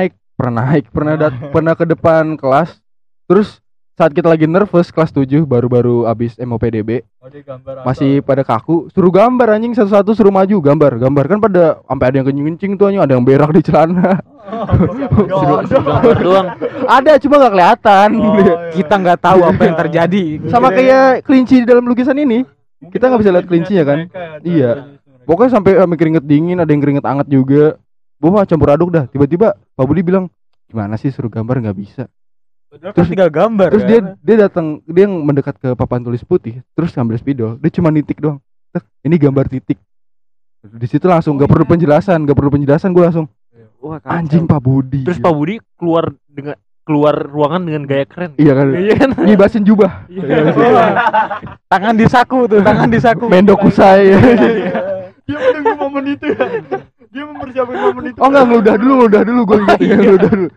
ke depan kelas. Terus saat kita lagi nervous kelas 7 baru-baru abis MOPDB. Masih pada kaku, suruh gambar anjing satu-satu, suruh maju gambar kan pada sampai ada yang kencing-kencing tuh anjing, ada yang berak di celana. Suruh gambar doang. Ada cuma nggak kelihatan. Kita nggak tahu apa yang terjadi. Sama kayak kelinci di dalam lukisan ini. Kita nggak bisa lihat kelincinya kan? Iya. Pokoknya sampai keringet dingin, ada yang keringet hangat juga. Gua campur aduk dah. Tiba-tiba Pak Budi bilang, "Gimana sih suruh gambar nggak bisa?" Terus tinggal gambar. Terus dia datang, dia yang mendekat ke papan tulis putih, terus ngambil spidol. Dia cuma nitik doang. Ini gambar titik. Di situ langsung nggak perlu penjelasan, gue langsung. Wah, anjing Pak Budi. Terus Pak Budi keluar ruangan dengan gaya keren. Iya kan? Ngibasin jubah. Tangan di saku. Mendok usai. Dia menunggu momen itu ya. Dia mempersiapkan momen itu. Oh enggak, ngeludah dulu gue ingat ya, ngeludah dulu.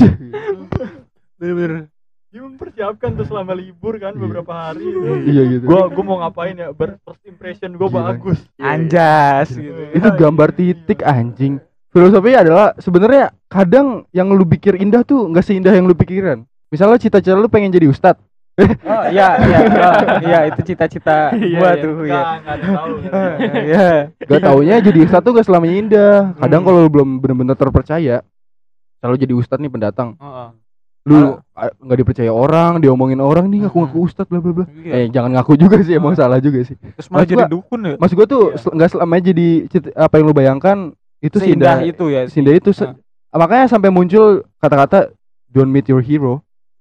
Bener-bener. Dia mempersiapkan tuh selama libur kan beberapa hari. Iya gitu. Gua mau ngapain ya? First impression gue bagus. Anjas gitu. Itu gambar titik anjing. Filosofinya adalah sebenarnya kadang yang lu pikir indah tuh nggak seindah yang lu pikiran. Misalnya cita-cita lu pengen jadi ustad. Oh iya itu cita-cita gua tuh ya. Enggak tahu. Iya. Gak taunya jadi ustad tuh gak selamanya indah. Kadang kalau lu belum benar-benar terpercaya, kalau jadi ustad nih pendatang, lu nggak dipercaya orang, diomongin orang nih ngaku-ngaku ustad bla bla bla. Jangan ngaku juga sih, emang salah juga sih. Terus malah jadi dukun ya. Maksud gua tuh nggak selamanya jadi apa yang lu bayangkan itu seindah itu ya. Seindah itu. Makanya sampai muncul kata-kata don't meet your hero.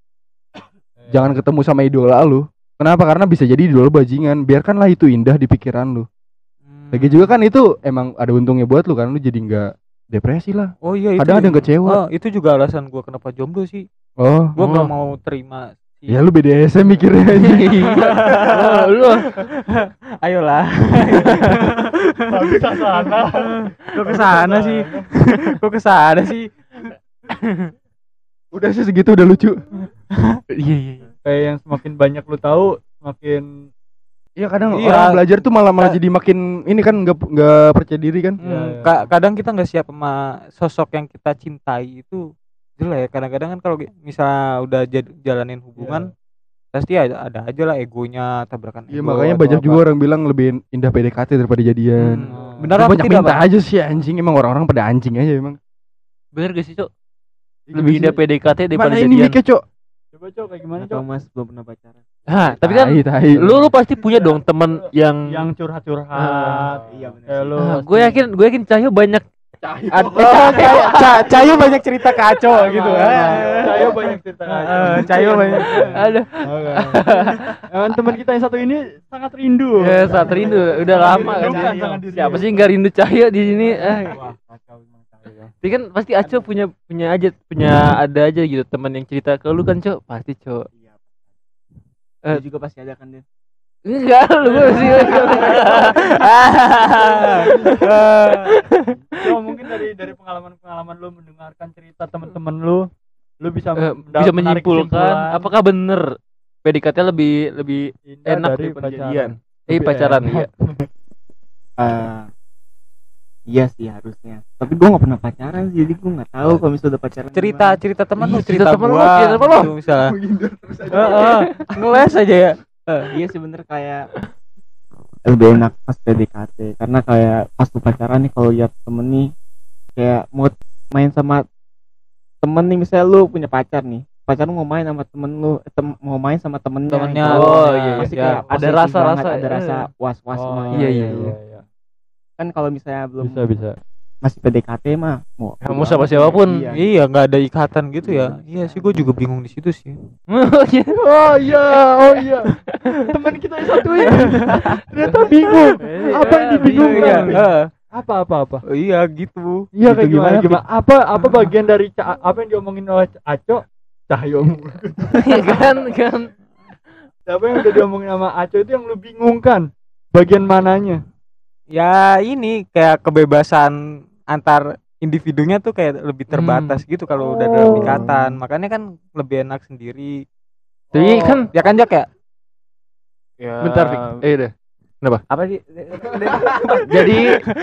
Jangan ketemu sama idola lu. Kenapa? Karena bisa jadi idola bajingan. Biarkanlah itu indah di pikiran lu. Lagi juga kan itu emang ada untungnya buat lu kan, lu jadi nggak depresi lah. Oh iya itu. Kadang ada yang kecewa. Itu juga alasan gua kenapa jomblo sih. Gua nggak mau terima. Ya lu BDSM mikirnya aja. Lu. Ayolah. Tapi kesana. Kok kesana sih? Udah sih segitu udah lucu. Iya. Kayak yang semakin banyak lu tahu, semakin iya kadang orang belajar tuh malah jadi makin ini kan nggak percaya diri kan. Kadang kita nggak siap sama sosok yang kita cintai itu jelek. Kadang-kadang kan kalau misalnya udah jalanin hubungan pasti ada aja lah egonya, tabrakan ego. Iya makanya banyak juga orang bilang lebih indah PDKT daripada jadian. Benar apa banyak tidak? Minta aja sih anjing, emang orang-orang pada anjing aja emang. Bener gak sih, Cok? Lebih indah PDKT daripada mana jadian. Mana ini Cok? Coba Cok kayak gimana Cok? Mas belum pernah pacaran. Tapi kan lu pasti punya dong temen yang curhat-curhat. Iya benar. Gue yakin Cahyo banyak Cahyo banyak cerita kacau gitu. Cahyo banyak cerita kacau. Cahyo banyak. Aduh. Teman kita yang satu ini sangat rindu. Ya, sangat rindu. Udah lama kan. Siapa sih enggak rindu Cahyo di sini? Tapi kan pasti Aco punya ada aja gitu teman yang cerita ke lu kan, Cok. Pasti, Cok. Dia juga pasti ada kan dia. Enggak, lu sih. Mungkin dari pengalaman lu mendengarkan cerita teman-teman lu bisa menyimpulkan apakah bener PDKT lebih enak daripada jadian. Pacaran iya. Iya sih harusnya. Tapi gue nggak pernah pacaran sih, jadi gue nggak tahu kalau misalnya udah pacaran. Cerita teman lu, cerita teman lu, misalnya. Ngeles aja ya. Iya sih bener, kayak lebih enak pas PDKT karena kayak pas lu pacaran nih kalau lihat temen nih kayak mau main sama temen nih, misalnya lu punya pacar nih, pacar lu mau main sama temen lu, mau main sama temennya. Oh iya. Pasti kayak ada rasa was-was main. Iya. Kan kalau misalnya belum bisa masih PDKT mah mau sama siapapun. Iya nggak ada ikatan gitu ya. Iya sih, gue juga bingung di situ sih. Oh iya teman kita yang satu ini ternyata bingung. Apa yang dibingungkan? Apa Iya gitu. Iya kayak gimana? Apa bagian dari apa yang diomongin oleh Aco Cahyo? kan apa yang udah diomongin sama Aco itu yang lu bingungkan bagian mananya? Ya ini kayak kebebasan antar individunya tuh kayak lebih terbatas gitu kalau udah dalam ikatan. Makanya kan lebih enak sendiri. Jadi kan ya kan Jak ya? Ya. Bentar, Fik. Udah. Kenapa? Apa sih? Jadi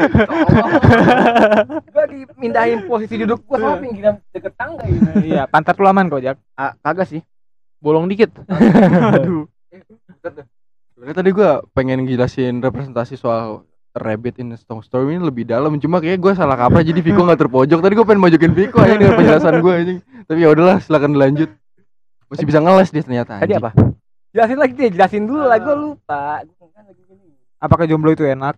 gua lagi mindahin posisi duduk gua sama pinggiran deket tangga ini. Iya, pantat lu aman kok, Jak. Kagak sih. Bolong dikit. Aduh. Sebenarnya tadi gue pengen jelasin representasi soal Rabbit in a Snowstorm ini lebih dalam, cuma kayak gue salah kaprah jadi Viko nggak terpojok. Tadi gue pengen mojokin Viko aja dengan penjelasan gue anjing. Tapi ya udahlah, silakan dilanjut. Masih bisa ngeles dia ternyata. Tadi apa? Jelasin lagi deh, jelasin dulu lah, gue lupa. Apakah jomblo itu enak?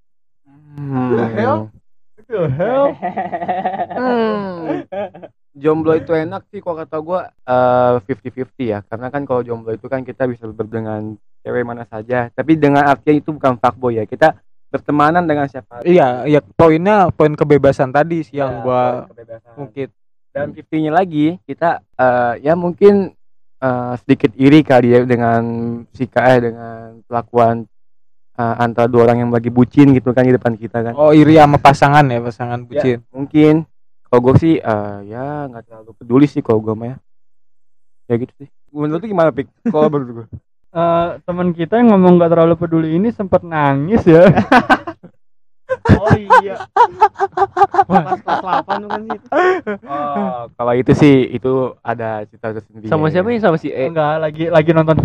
Jomblo itu enak sih kalau kata gue 50-50 ya. Karena kan kalau jomblo itu kan kita bisa dengan cewek mana saja. Tapi dengan artinya itu bukan fuckboy ya. Kita bertemanan dengan siapa. Iya, poinnya poin kebebasan tadi sih yang gua mungkin. Dan 50-nya lagi kita ya mungkin sedikit iri kali ya dengan dengan pelakuan antara dua orang yang lagi bucin gitu kan di depan kita kan. Oh, iri sama pasangan ya, pasangan bucin. Ya, mungkin kalau gue sih ya nggak terlalu peduli sih kalau gue mah ya. Ya gitu sih. Menurut lu gimana, Pik? Kalau menurut gue teman kita yang ngomong nggak terlalu peduli ini sempat nangis ya. Oh iya. Pas kelas 8 kan itu. Oh, kalau itu sih itu ada cerita tersendiri. Sama siapa nih? Sama si E? Enggak, lagi nonton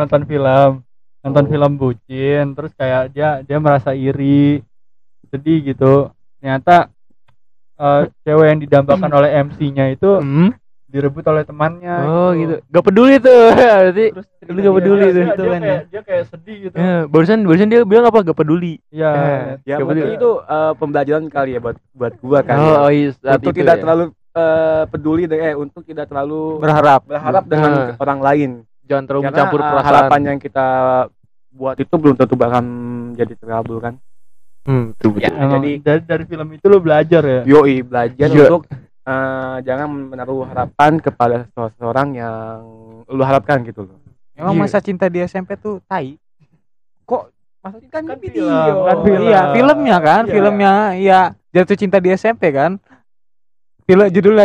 film bucin, terus kayak dia merasa iri, sedih gitu. Ternyata cewek yang didambakan oleh MC-nya itu direbut oleh temannya. Oh gitu. Gak peduli tuh. Berarti lu gak peduli tuh. Dia kayak sedih gitu. Ya, barusan dia bilang apa? Gak peduli. Iya. Ya mungkin itu pembelajaran kali ya buat gua kan. Oh iya. Untuk tidak terlalu peduli untuk tidak terlalu Berharap dengan orang lain. Jangan terlalu Karena mencampur perasaan. harapan yang kita buat itu belum tentu bakal jadi terkabul kan. Betul. Ya, jadi dari film itu lo belajar ya. Yoi, belajar untuk jangan menaruh harapan kepada seseorang yang lu harapkan gitu loh. Emang masa cinta di SMP tuh tai. Kok masa cinta Kan video? film. Iya, filmnya kan, Iya. filmnya iya. Jatuh cinta di SMP kan. Judulnya.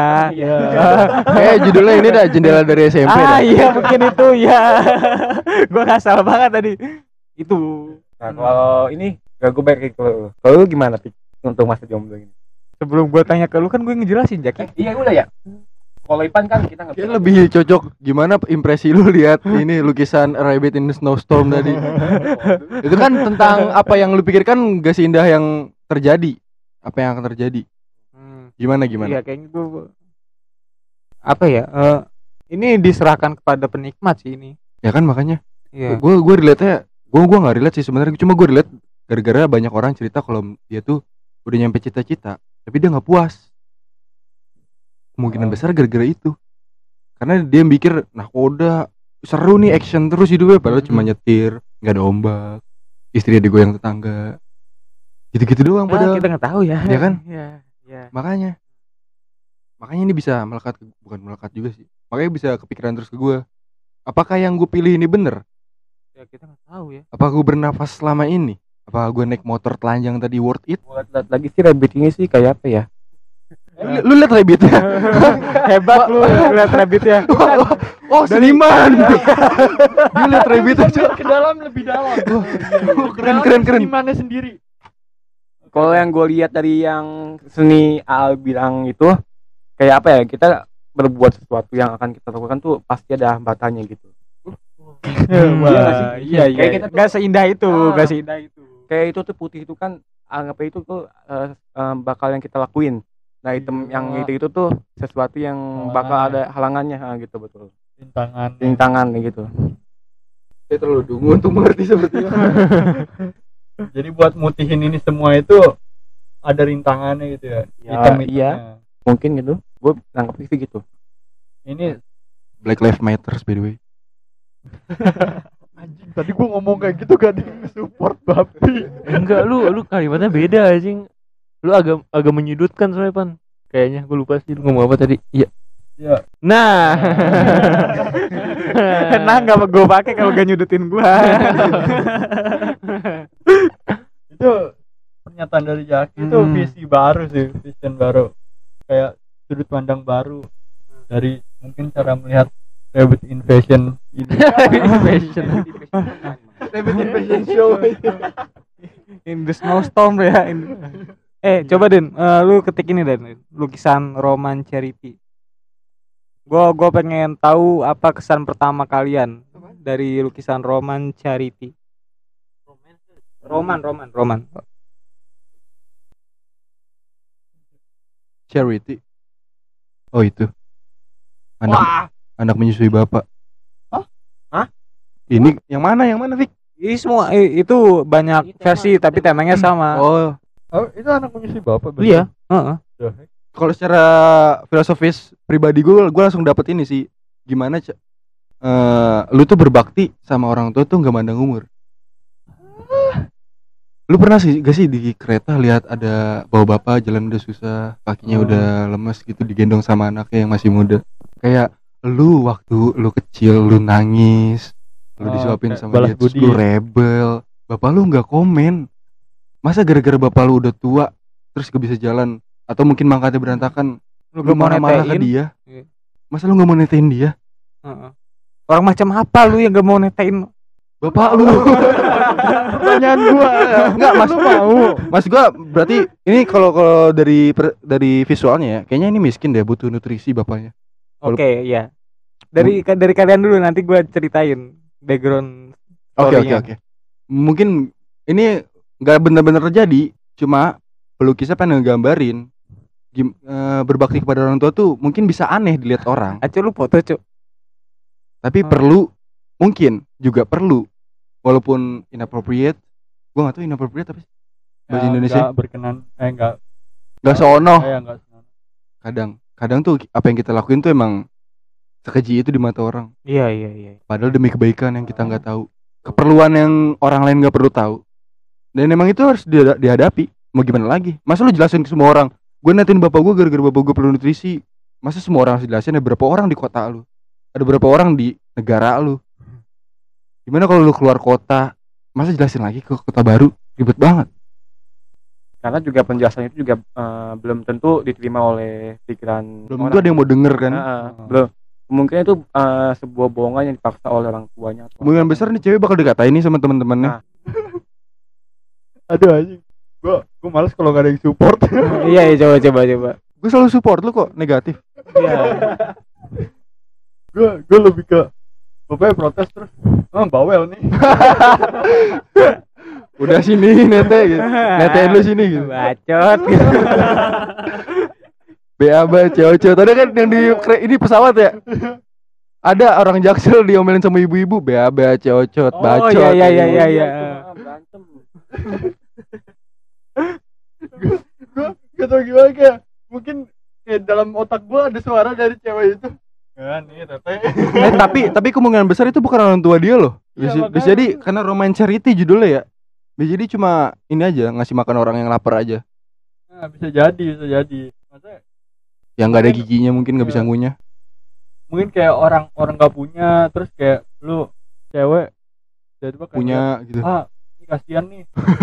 Judulnya ini dah Jendela dari SMP dah. Iya mungkin itu ya. Gua nggak salah banget tadi. Itu. Nah, kalau ini gak gue balik ke lu. Kalau lu gimana, Pik, untuk masa jomblo ini? Sebelum gua tanya ke lu kan gue ngejelasin, Jak. Iya udah ya. Kalau Ipan kan kita nggak Kayak lebih cocok gimana impresi lu lihat ini lukisan Rabbit in the Snowstorm tadi. Itu kan tentang apa yang lu pikirkan gak seindah yang terjadi. Apa yang akan terjadi? Gimana? Iya kayaknya gue apa ya? Ini diserahkan kepada penikmat sih ini. Ya kan makanya. Iya. Gue relate-nya gue nggak relate sih sebenarnya. Cuma gue relate gara-gara banyak orang cerita kalau dia tuh udah nyampe cita-cita, tapi dia nggak puas. Kemungkinan besar gara-gara itu. Karena dia mikir, nah udah seru nih action terus hidupnya, padahal cuma nyetir, nggak ada ombak, istri digoyang tetangga, gitu-gitu doang. Padahal Kita nggak tahu ya. ya kan. Iya. Makanya ini bisa bukan melekat juga sih. Makanya bisa kepikiran terus ke gue. Apakah yang gue pilih ini bener? Ya kita nggak tahu ya. Apa gue bernafas selama ini? Apa gue naik motor telanjang tadi worth it? buat lihat lagi sih Rabbit ini sih kayak apa ya? Lu lihat Rabbitnya? Hebat lu lihat rabbitnya. Oh seniman. Dia lihat Rabbitnya coba. Ke dalam lebih dalam. Keren. Senimannya sendiri. Kalau yang gue lihat dari yang seni Al bilang itu kayak apa ya, kita berbuat sesuatu yang akan kita lakukan tuh pasti ada hambatannya gitu. Iya. Kayak kita Gak seindah itu, gak seindah itu. kayak itu tuh putih itu kan anggap itu tuh bakal yang kita lakuin. Nah item yang itu tuh sesuatu yang bakal ada halangannya gitu, betul. Rintangan gitu. Saya terlalu dungu untuk mengerti seperti itu. Jadi buat mutihin ini semua itu ada rintangannya gitu ya. Iya. Mungkin gitu. Gue nangkep gitu. Ini Black Lives Matter by the way. anjing tadi gua ngomong kayak gitu gak di-support babi. Enggak, lu kalimatnya beda anjing. Lu agak menyudutkan soalnya, Pan. Kayaknya gue lupa sih lu ngomong apa tadi. Iya. Iya. Nah. Nah nggak gue pakai kalau gak nyudutin gua. Itu pernyataan dari Jaki itu visi baru sih, vision baru, kayak sudut pandang baru dari mungkin cara melihat Rabbit Invasion ini. Rabbit Invasion show. In the snowstorm ya. Coba Den, lu ketik ini Den, lukisan Roman Charity. Gua pengen tahu apa kesan pertama kalian dari lukisan Roman Charity. Roman. Charity. Oh itu. Anak menyusui bapak. Hah? Ini yang mana Fik? Ini semua itu banyak versi tapi temanya sama. Oh, itu anak menyusui bapak. Iya. Kalau secara filosofis pribadi gue langsung dapet ini sih. Gimana lu tuh berbakti sama orang tua tuh nggak mandang umur. Lu pernah gak sih di kereta lihat ada bawa bapak jalan udah susah, kakinya udah lemes gitu digendong sama anaknya yang masih muda. Kayak lu waktu lu kecil lu nangis, lu disuapin sama dia, terus lu rebel, bapak lu nggak komen. Masa gara-gara bapak lu udah tua terus gak bisa jalan atau mungkin mangkatnya berantakan, lu marah-marah ke dia? Masa lu nggak mau netain dia? Orang macam apa lu yang gak mau netain bapak lu? Pertanyaan gua. Enggak, Mas gua berarti ini kalau dari visualnya ya, kayaknya ini miskin deh, butuh nutrisi bapaknya. Oke, iya. Dari kalian dulu, nanti gua ceritain background story-nya. Oke. Mungkin ini enggak benar-benar terjadi, cuma pelukisnya pengen ngegambarin berbakti kepada orang tua tuh mungkin bisa aneh dilihat orang. Acu lu foto, Cuk. Tapi mungkin juga perlu, walaupun inappropriate. Gua enggak tahu inappropriate tapi bahasa Indonesia enggak berkenan, enggak sono. Enggak sono. Kadang tuh apa yang kita lakuin tuh emang sekeji itu di mata orang. Iya. Padahal demi kebaikan yang kita nggak tahu, keperluan yang orang lain nggak perlu tahu, dan emang itu harus dihadapi. Mau gimana lagi? Masa lu jelasin ke semua orang gue netin bapak gue gara-gara bapak gue perlu nutrisi? Masa semua orang harus jelasin? Ada berapa orang di kota lu? Ada berapa orang di negara lu? Gimana kalau lu keluar kota? Masa jelasin lagi ke kota baru? Ribet banget. Karena juga penjelasan itu juga belum tentu diterima oleh pikiran belum tentu ada yang mau denger kan. Belum, mungkin itu sebuah bohongan yang dipaksa oleh orang tuanya. Kemungkinan besar nih cewek bakal dikatain nih sama teman-temannya. Aduh anjing, gue males kalau gak ada yang support. Iya coba Gue selalu support lu kok negatif. Iya. gue lebih ke bapaknya protes terus bawel nih. Udah sini nete gitu. Netein lu sini gitu. Bacot gitu. BAB cewek-cewek. Tadi kan yang di ini pesawat ya. Ada orang Jaksel diomelin sama ibu-ibu, BAB cewek-cewek bacot. Oh iya. Berantem. Gue gak tau gimana, kayak mungkin kayak dalam otak gue ada suara dari cewek itu. Kan nih tete. Tapi kemungkinan besar itu bukan orang tua dia loh. Bisa jadi karena Roman Charity judulnya ya. Bisa jadi cuma ini aja, ngasih makan orang yang lapar aja. Nah, bisa jadi. Maksudnya yang nggak ada giginya mungkin nggak bisa ngunyah. Mungkin kayak orang nggak punya, terus kayak lu cewek tiba-tiba punya gitu. Ini kasihan nih.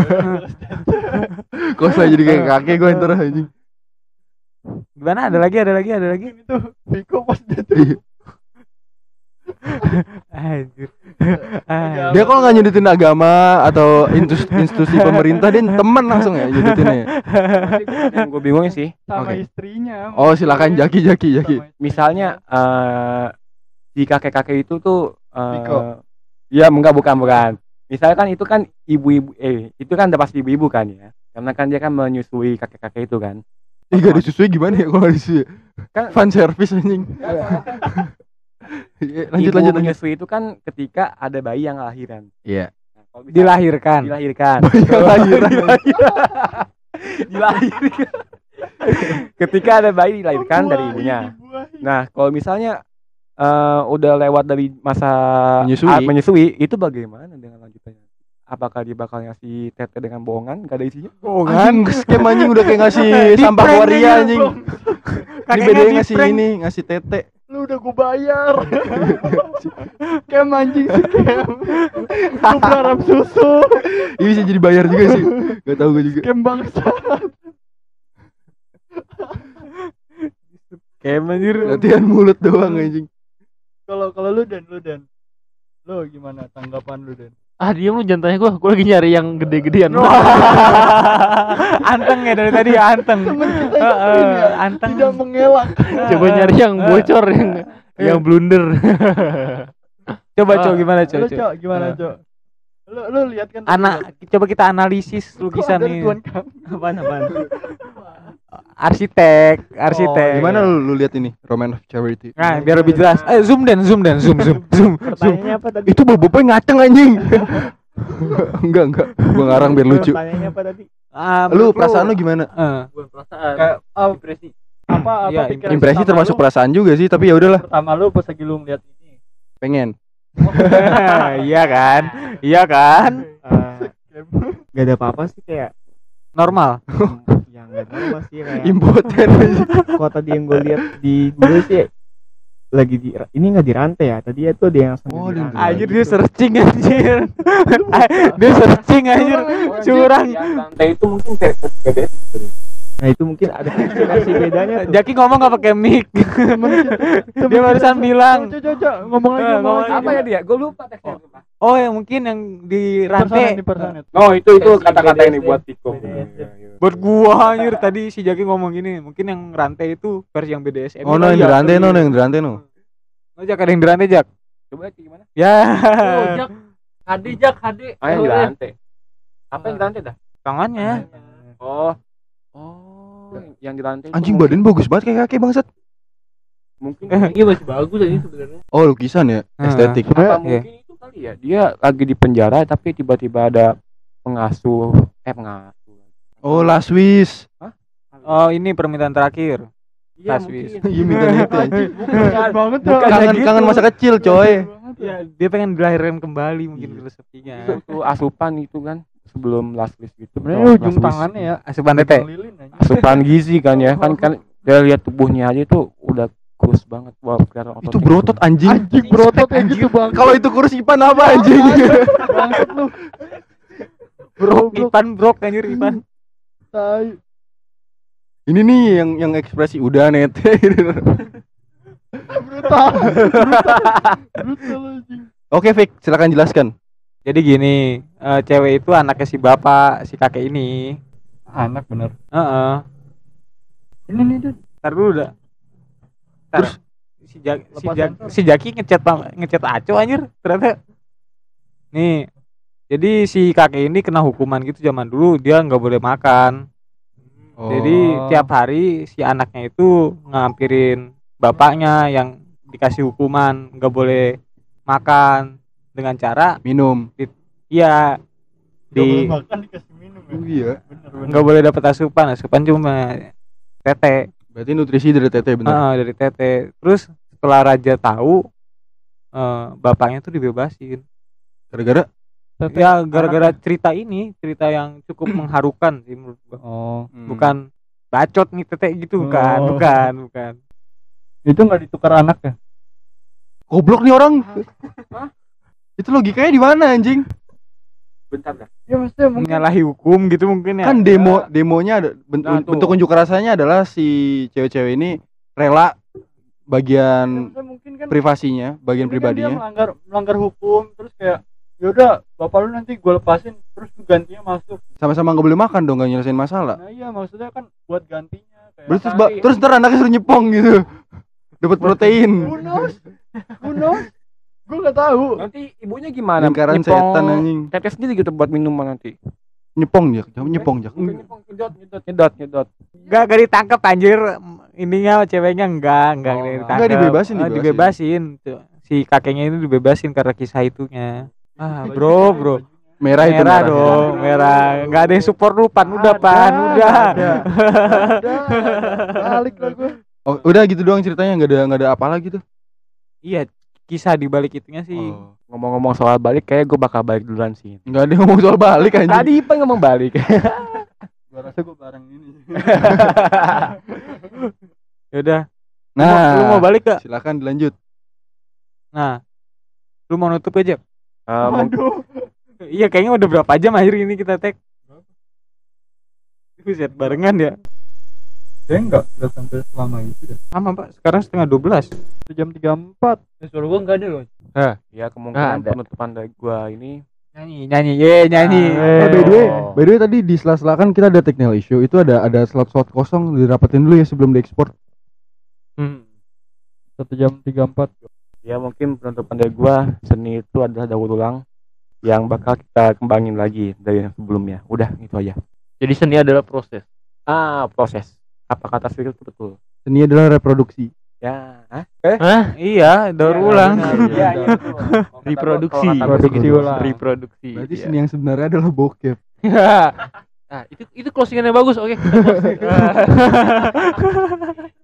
Kok saya jadi kayak kakek gue ntar anjing. Gimana? Ada lagi. Itu Viko pas jatuh. Anjir. Dia kalau nggak nyudutin agama atau institusi pemerintah, dia teman langsung ya nyudutinnya. Yang gue bingung sih sama istrinya. Oh silakan Jaki. Misalnya si kakek-kakek itu tuh Viko. Ya bukan. Misalnya kan itu kan ibu-ibu itu kan udah pasti ibu-ibu kan ya. Karena kan dia kan menyusui kakek-kakek itu kan. Gak disusui gimana ya kalau disusui? Kan fan service anjing. Lanjut. Menyusui itu kan ketika ada bayi yang lahiran. Iya. Nah, dilahirkan. Bayi yang lahiran. Dilahirkan. Ketika ada bayi dilahirkan dari ibunya. Nah, kalau misalnya udah lewat dari masa menyusui, itu bagaimana dengan lanjutannya? Apakah dia bakal ngasih tete dengan bohongan? Gak ada isinya? Bohongan. Skema anjing udah kayak ngasih sampah waria anjing. Ini bedanya ngasih tete. Lu udah gue bayar. Kayak anjing sih Kem. Gue berharap susu. Ini bisa jadi bayar juga sih. Gak tahu gue juga. Kem bangsa. Kem anjir. Latihan mulut doang anjing. Kalau lu Dan. Lu gimana tanggapan lu Dan? Diam lu, jangan tanya gue lagi nyari yang gede-gedean. Anteng ya dari tadi ya, anteng. Temen kita ini ya, anteng. tidak mengelak. Coba nyari yang bocor, yang blunder. Coba gimana Lu gimana Cok? Lu lihat kan? Coba kita analisis lukisan dari nih. Tuan Kam. Apaan? Arsitek. Gimana lu lihat ini Roman of Charity? Nah, biar lebih jelas. Zoom. Pertanyaannya apa tadi? Itu bobopnya ngaceng anjing. Enggak. Gua ngarang biar lucu. Pertanyaannya apa tadi? Lu perasaan lu gimana? Bukan perasaan. Kayak Impresi. apa Iya, pikiran Impresi pertama termasuk lu? perasaan juga sih, tapi ya udahlah. Pertama lu pas lagi lu ngeliat ini. Pengen. Iya kan? Gak ada apa-apa sih, kayak Normal. yang gak normal sih, kayak Impoten. kok tadi yang gue lihat di Google sih lagi ini nggak dirantai ya, tadi itu ada yang sambil Oh, dirantai Anjir gitu. dia searching anjir. Dia searching anjir. Curang. Lantai itu mungkin kayak beda. Nah itu mungkin ada versi bedanya tuh. Jaki ngomong gak pakai mic. Dia barusan bilang. Coba ngomong lagi. Apa ya dia? Gue lupa teksnya. Oh, yang mungkin yang di rantai. Persanet. Oh, itu kata-kata ini buat Tiko. Buat gua anjir, tadi si Jaki ngomong gini, mungkin yang rantai itu versi yang BDSM. Oh, no, yang di rantai no. Oh, Jak, ada yang di rantai, Jak. Coba gimana? Ya. Oh, Jak. HD. Yang di rantai. Apa yang di rantai dah? Tangannya. Oh, yang di rantai. Anjing badan bagus banget kayak kakek bangsat. Mungkin Iya masih bagus ini sebenarnya. Oh, lukisan ya, estetik. apa mungkin itu kali ya? Dia lagi di penjara tapi tiba-tiba ada pengasuh. Oh, last wish. Oh, ini permintaan terakhir. Iya, Last wish. mungkin. Iya minta itu anjing. banget Kangen masa kecil, coy. Ya, dia pengen dilahirkan kembali mungkin filosofinya. Itu asupan itu kan sebelum last wish gitu. Sebenarnya ujung tangannya ya. Asupan tete. Lilin aja. Asupan gizi kan ya. Kan dia lihat tubuhnya aja tuh udah kurus banget. Wah, kelihatan Itu ototnya. berotot anjing. Anjing berotot kayak gitu bang. Kalau itu kurus Ipan apa anjing? Bangsat lu. Ipan brok anjir Ipan. Tai. Ini nih yang ekspresi udah net. Brutal anjing. Oke, Fik, silakan jelaskan. Jadi gini, cewek itu anaknya si bapak, si kakek ini. Anak bener. Heeh. Ini nih Dan. Ntar dulu dah. Terus si Jaki ngechat Aco anjir ternyata. Nih. Jadi si kakek ini kena hukuman gitu zaman dulu, dia nggak boleh makan. Oh. Jadi tiap hari si anaknya itu ngampirin bapaknya yang dikasih hukuman nggak boleh makan dengan cara minum. Iya Di makan dikasih minum ya. Oh, iya. Bener. nggak boleh dapat asupan cuma tete. Berarti nutrisi dari tete bener. Dari tete. Terus setelah raja tahu bapaknya tuh dibebasin. Gara-gara Ya gara-gara cerita yang cukup mengharukan sih menurut gua. Oh. Bukan bacot nih tete gitu, bukan. Itu nggak ditukar anak ya? Goblok nih orang. Itu logikanya di mana anjing? Bentar dah. Ya maksudnya mungkin Menyalahi hukum gitu mungkin ya. Kan demonya ada bentuk unjuk rasanya adalah si cewek-cewek ini rela bagian mungkin kan privasinya, bagian mungkin kan dia pribadinya. melanggar hukum terus kayak yaudah bapak lu nanti gue lepasin terus lu gantinya masuk. Sama-sama nggak boleh makan dong, nggak nyelesain masalah. Nah iya maksudnya kan buat gantinya kayak Berarti terus ntar anaknya suruh nyepong gitu, dapat protein. Who knows? Gue nggak tahu. Nanti ibunya gimana? Lingkaran setan anjing. Tete sendiri gitu buat minuman nanti. Nyepong Jak, nyepong Jak. Nyedot. Gak ditangkap anjir. Ininya ceweknya enggak ditangkap. Enggak, dibebasin. Dibebasin. Tuh. Si kakeknya itu dibebasin karena kisah itunya. Bro. Merah itu merah dong, merah. Enggak ada yang support lu Pan, udah Pan, udah. Balik lah gue. Oh, udah gitu doang ceritanya, nggak ada apa lagi tuh. Iya, kisah di balik itunya sih. Oh. Ngomong-ngomong soal balik, kayak gue bakal balik duluan sih. Nggak ada yang ngomong soal balik anjing. Tadi Ipan ngomong balik. Gue rasa gue bareng ini. Ya udah. Nah, lu mau balik gak? silakan dilanjut. Nah, lu mau nutup aja? Waduh. Iya, kayaknya udah berapa jam akhir ini kita tag? Buset, barengan ya. Enggak sampai selama itu deh. Sama Pak, sekarang setengah 12. Jam 34. Suara gua enggak ada loh. Ya kemungkinan Ada. penutupan dari gua ini Nyanyi, nyanyi. By the way tadi di sela-sela kan kita ada technical issue, itu ada slot kosong, dirapetin dulu ya sebelum diekspor. 1 jam 34. ya mungkin penutupan dari gua, seni itu adalah daur ulang yang bakal kita kembangin lagi dari yang sebelumnya. Udah itu aja. Jadi seni adalah proses. Proses. Apa kata Fikri itu betul? Seni adalah reproduksi. Ya, Iya, daur ulang. Iya. Reproduksi. Reproduksi ulang. Reproduksi. Berarti Iya. seni yang sebenarnya adalah bokep. Nah, itu closingannya bagus. Oke, kita closing.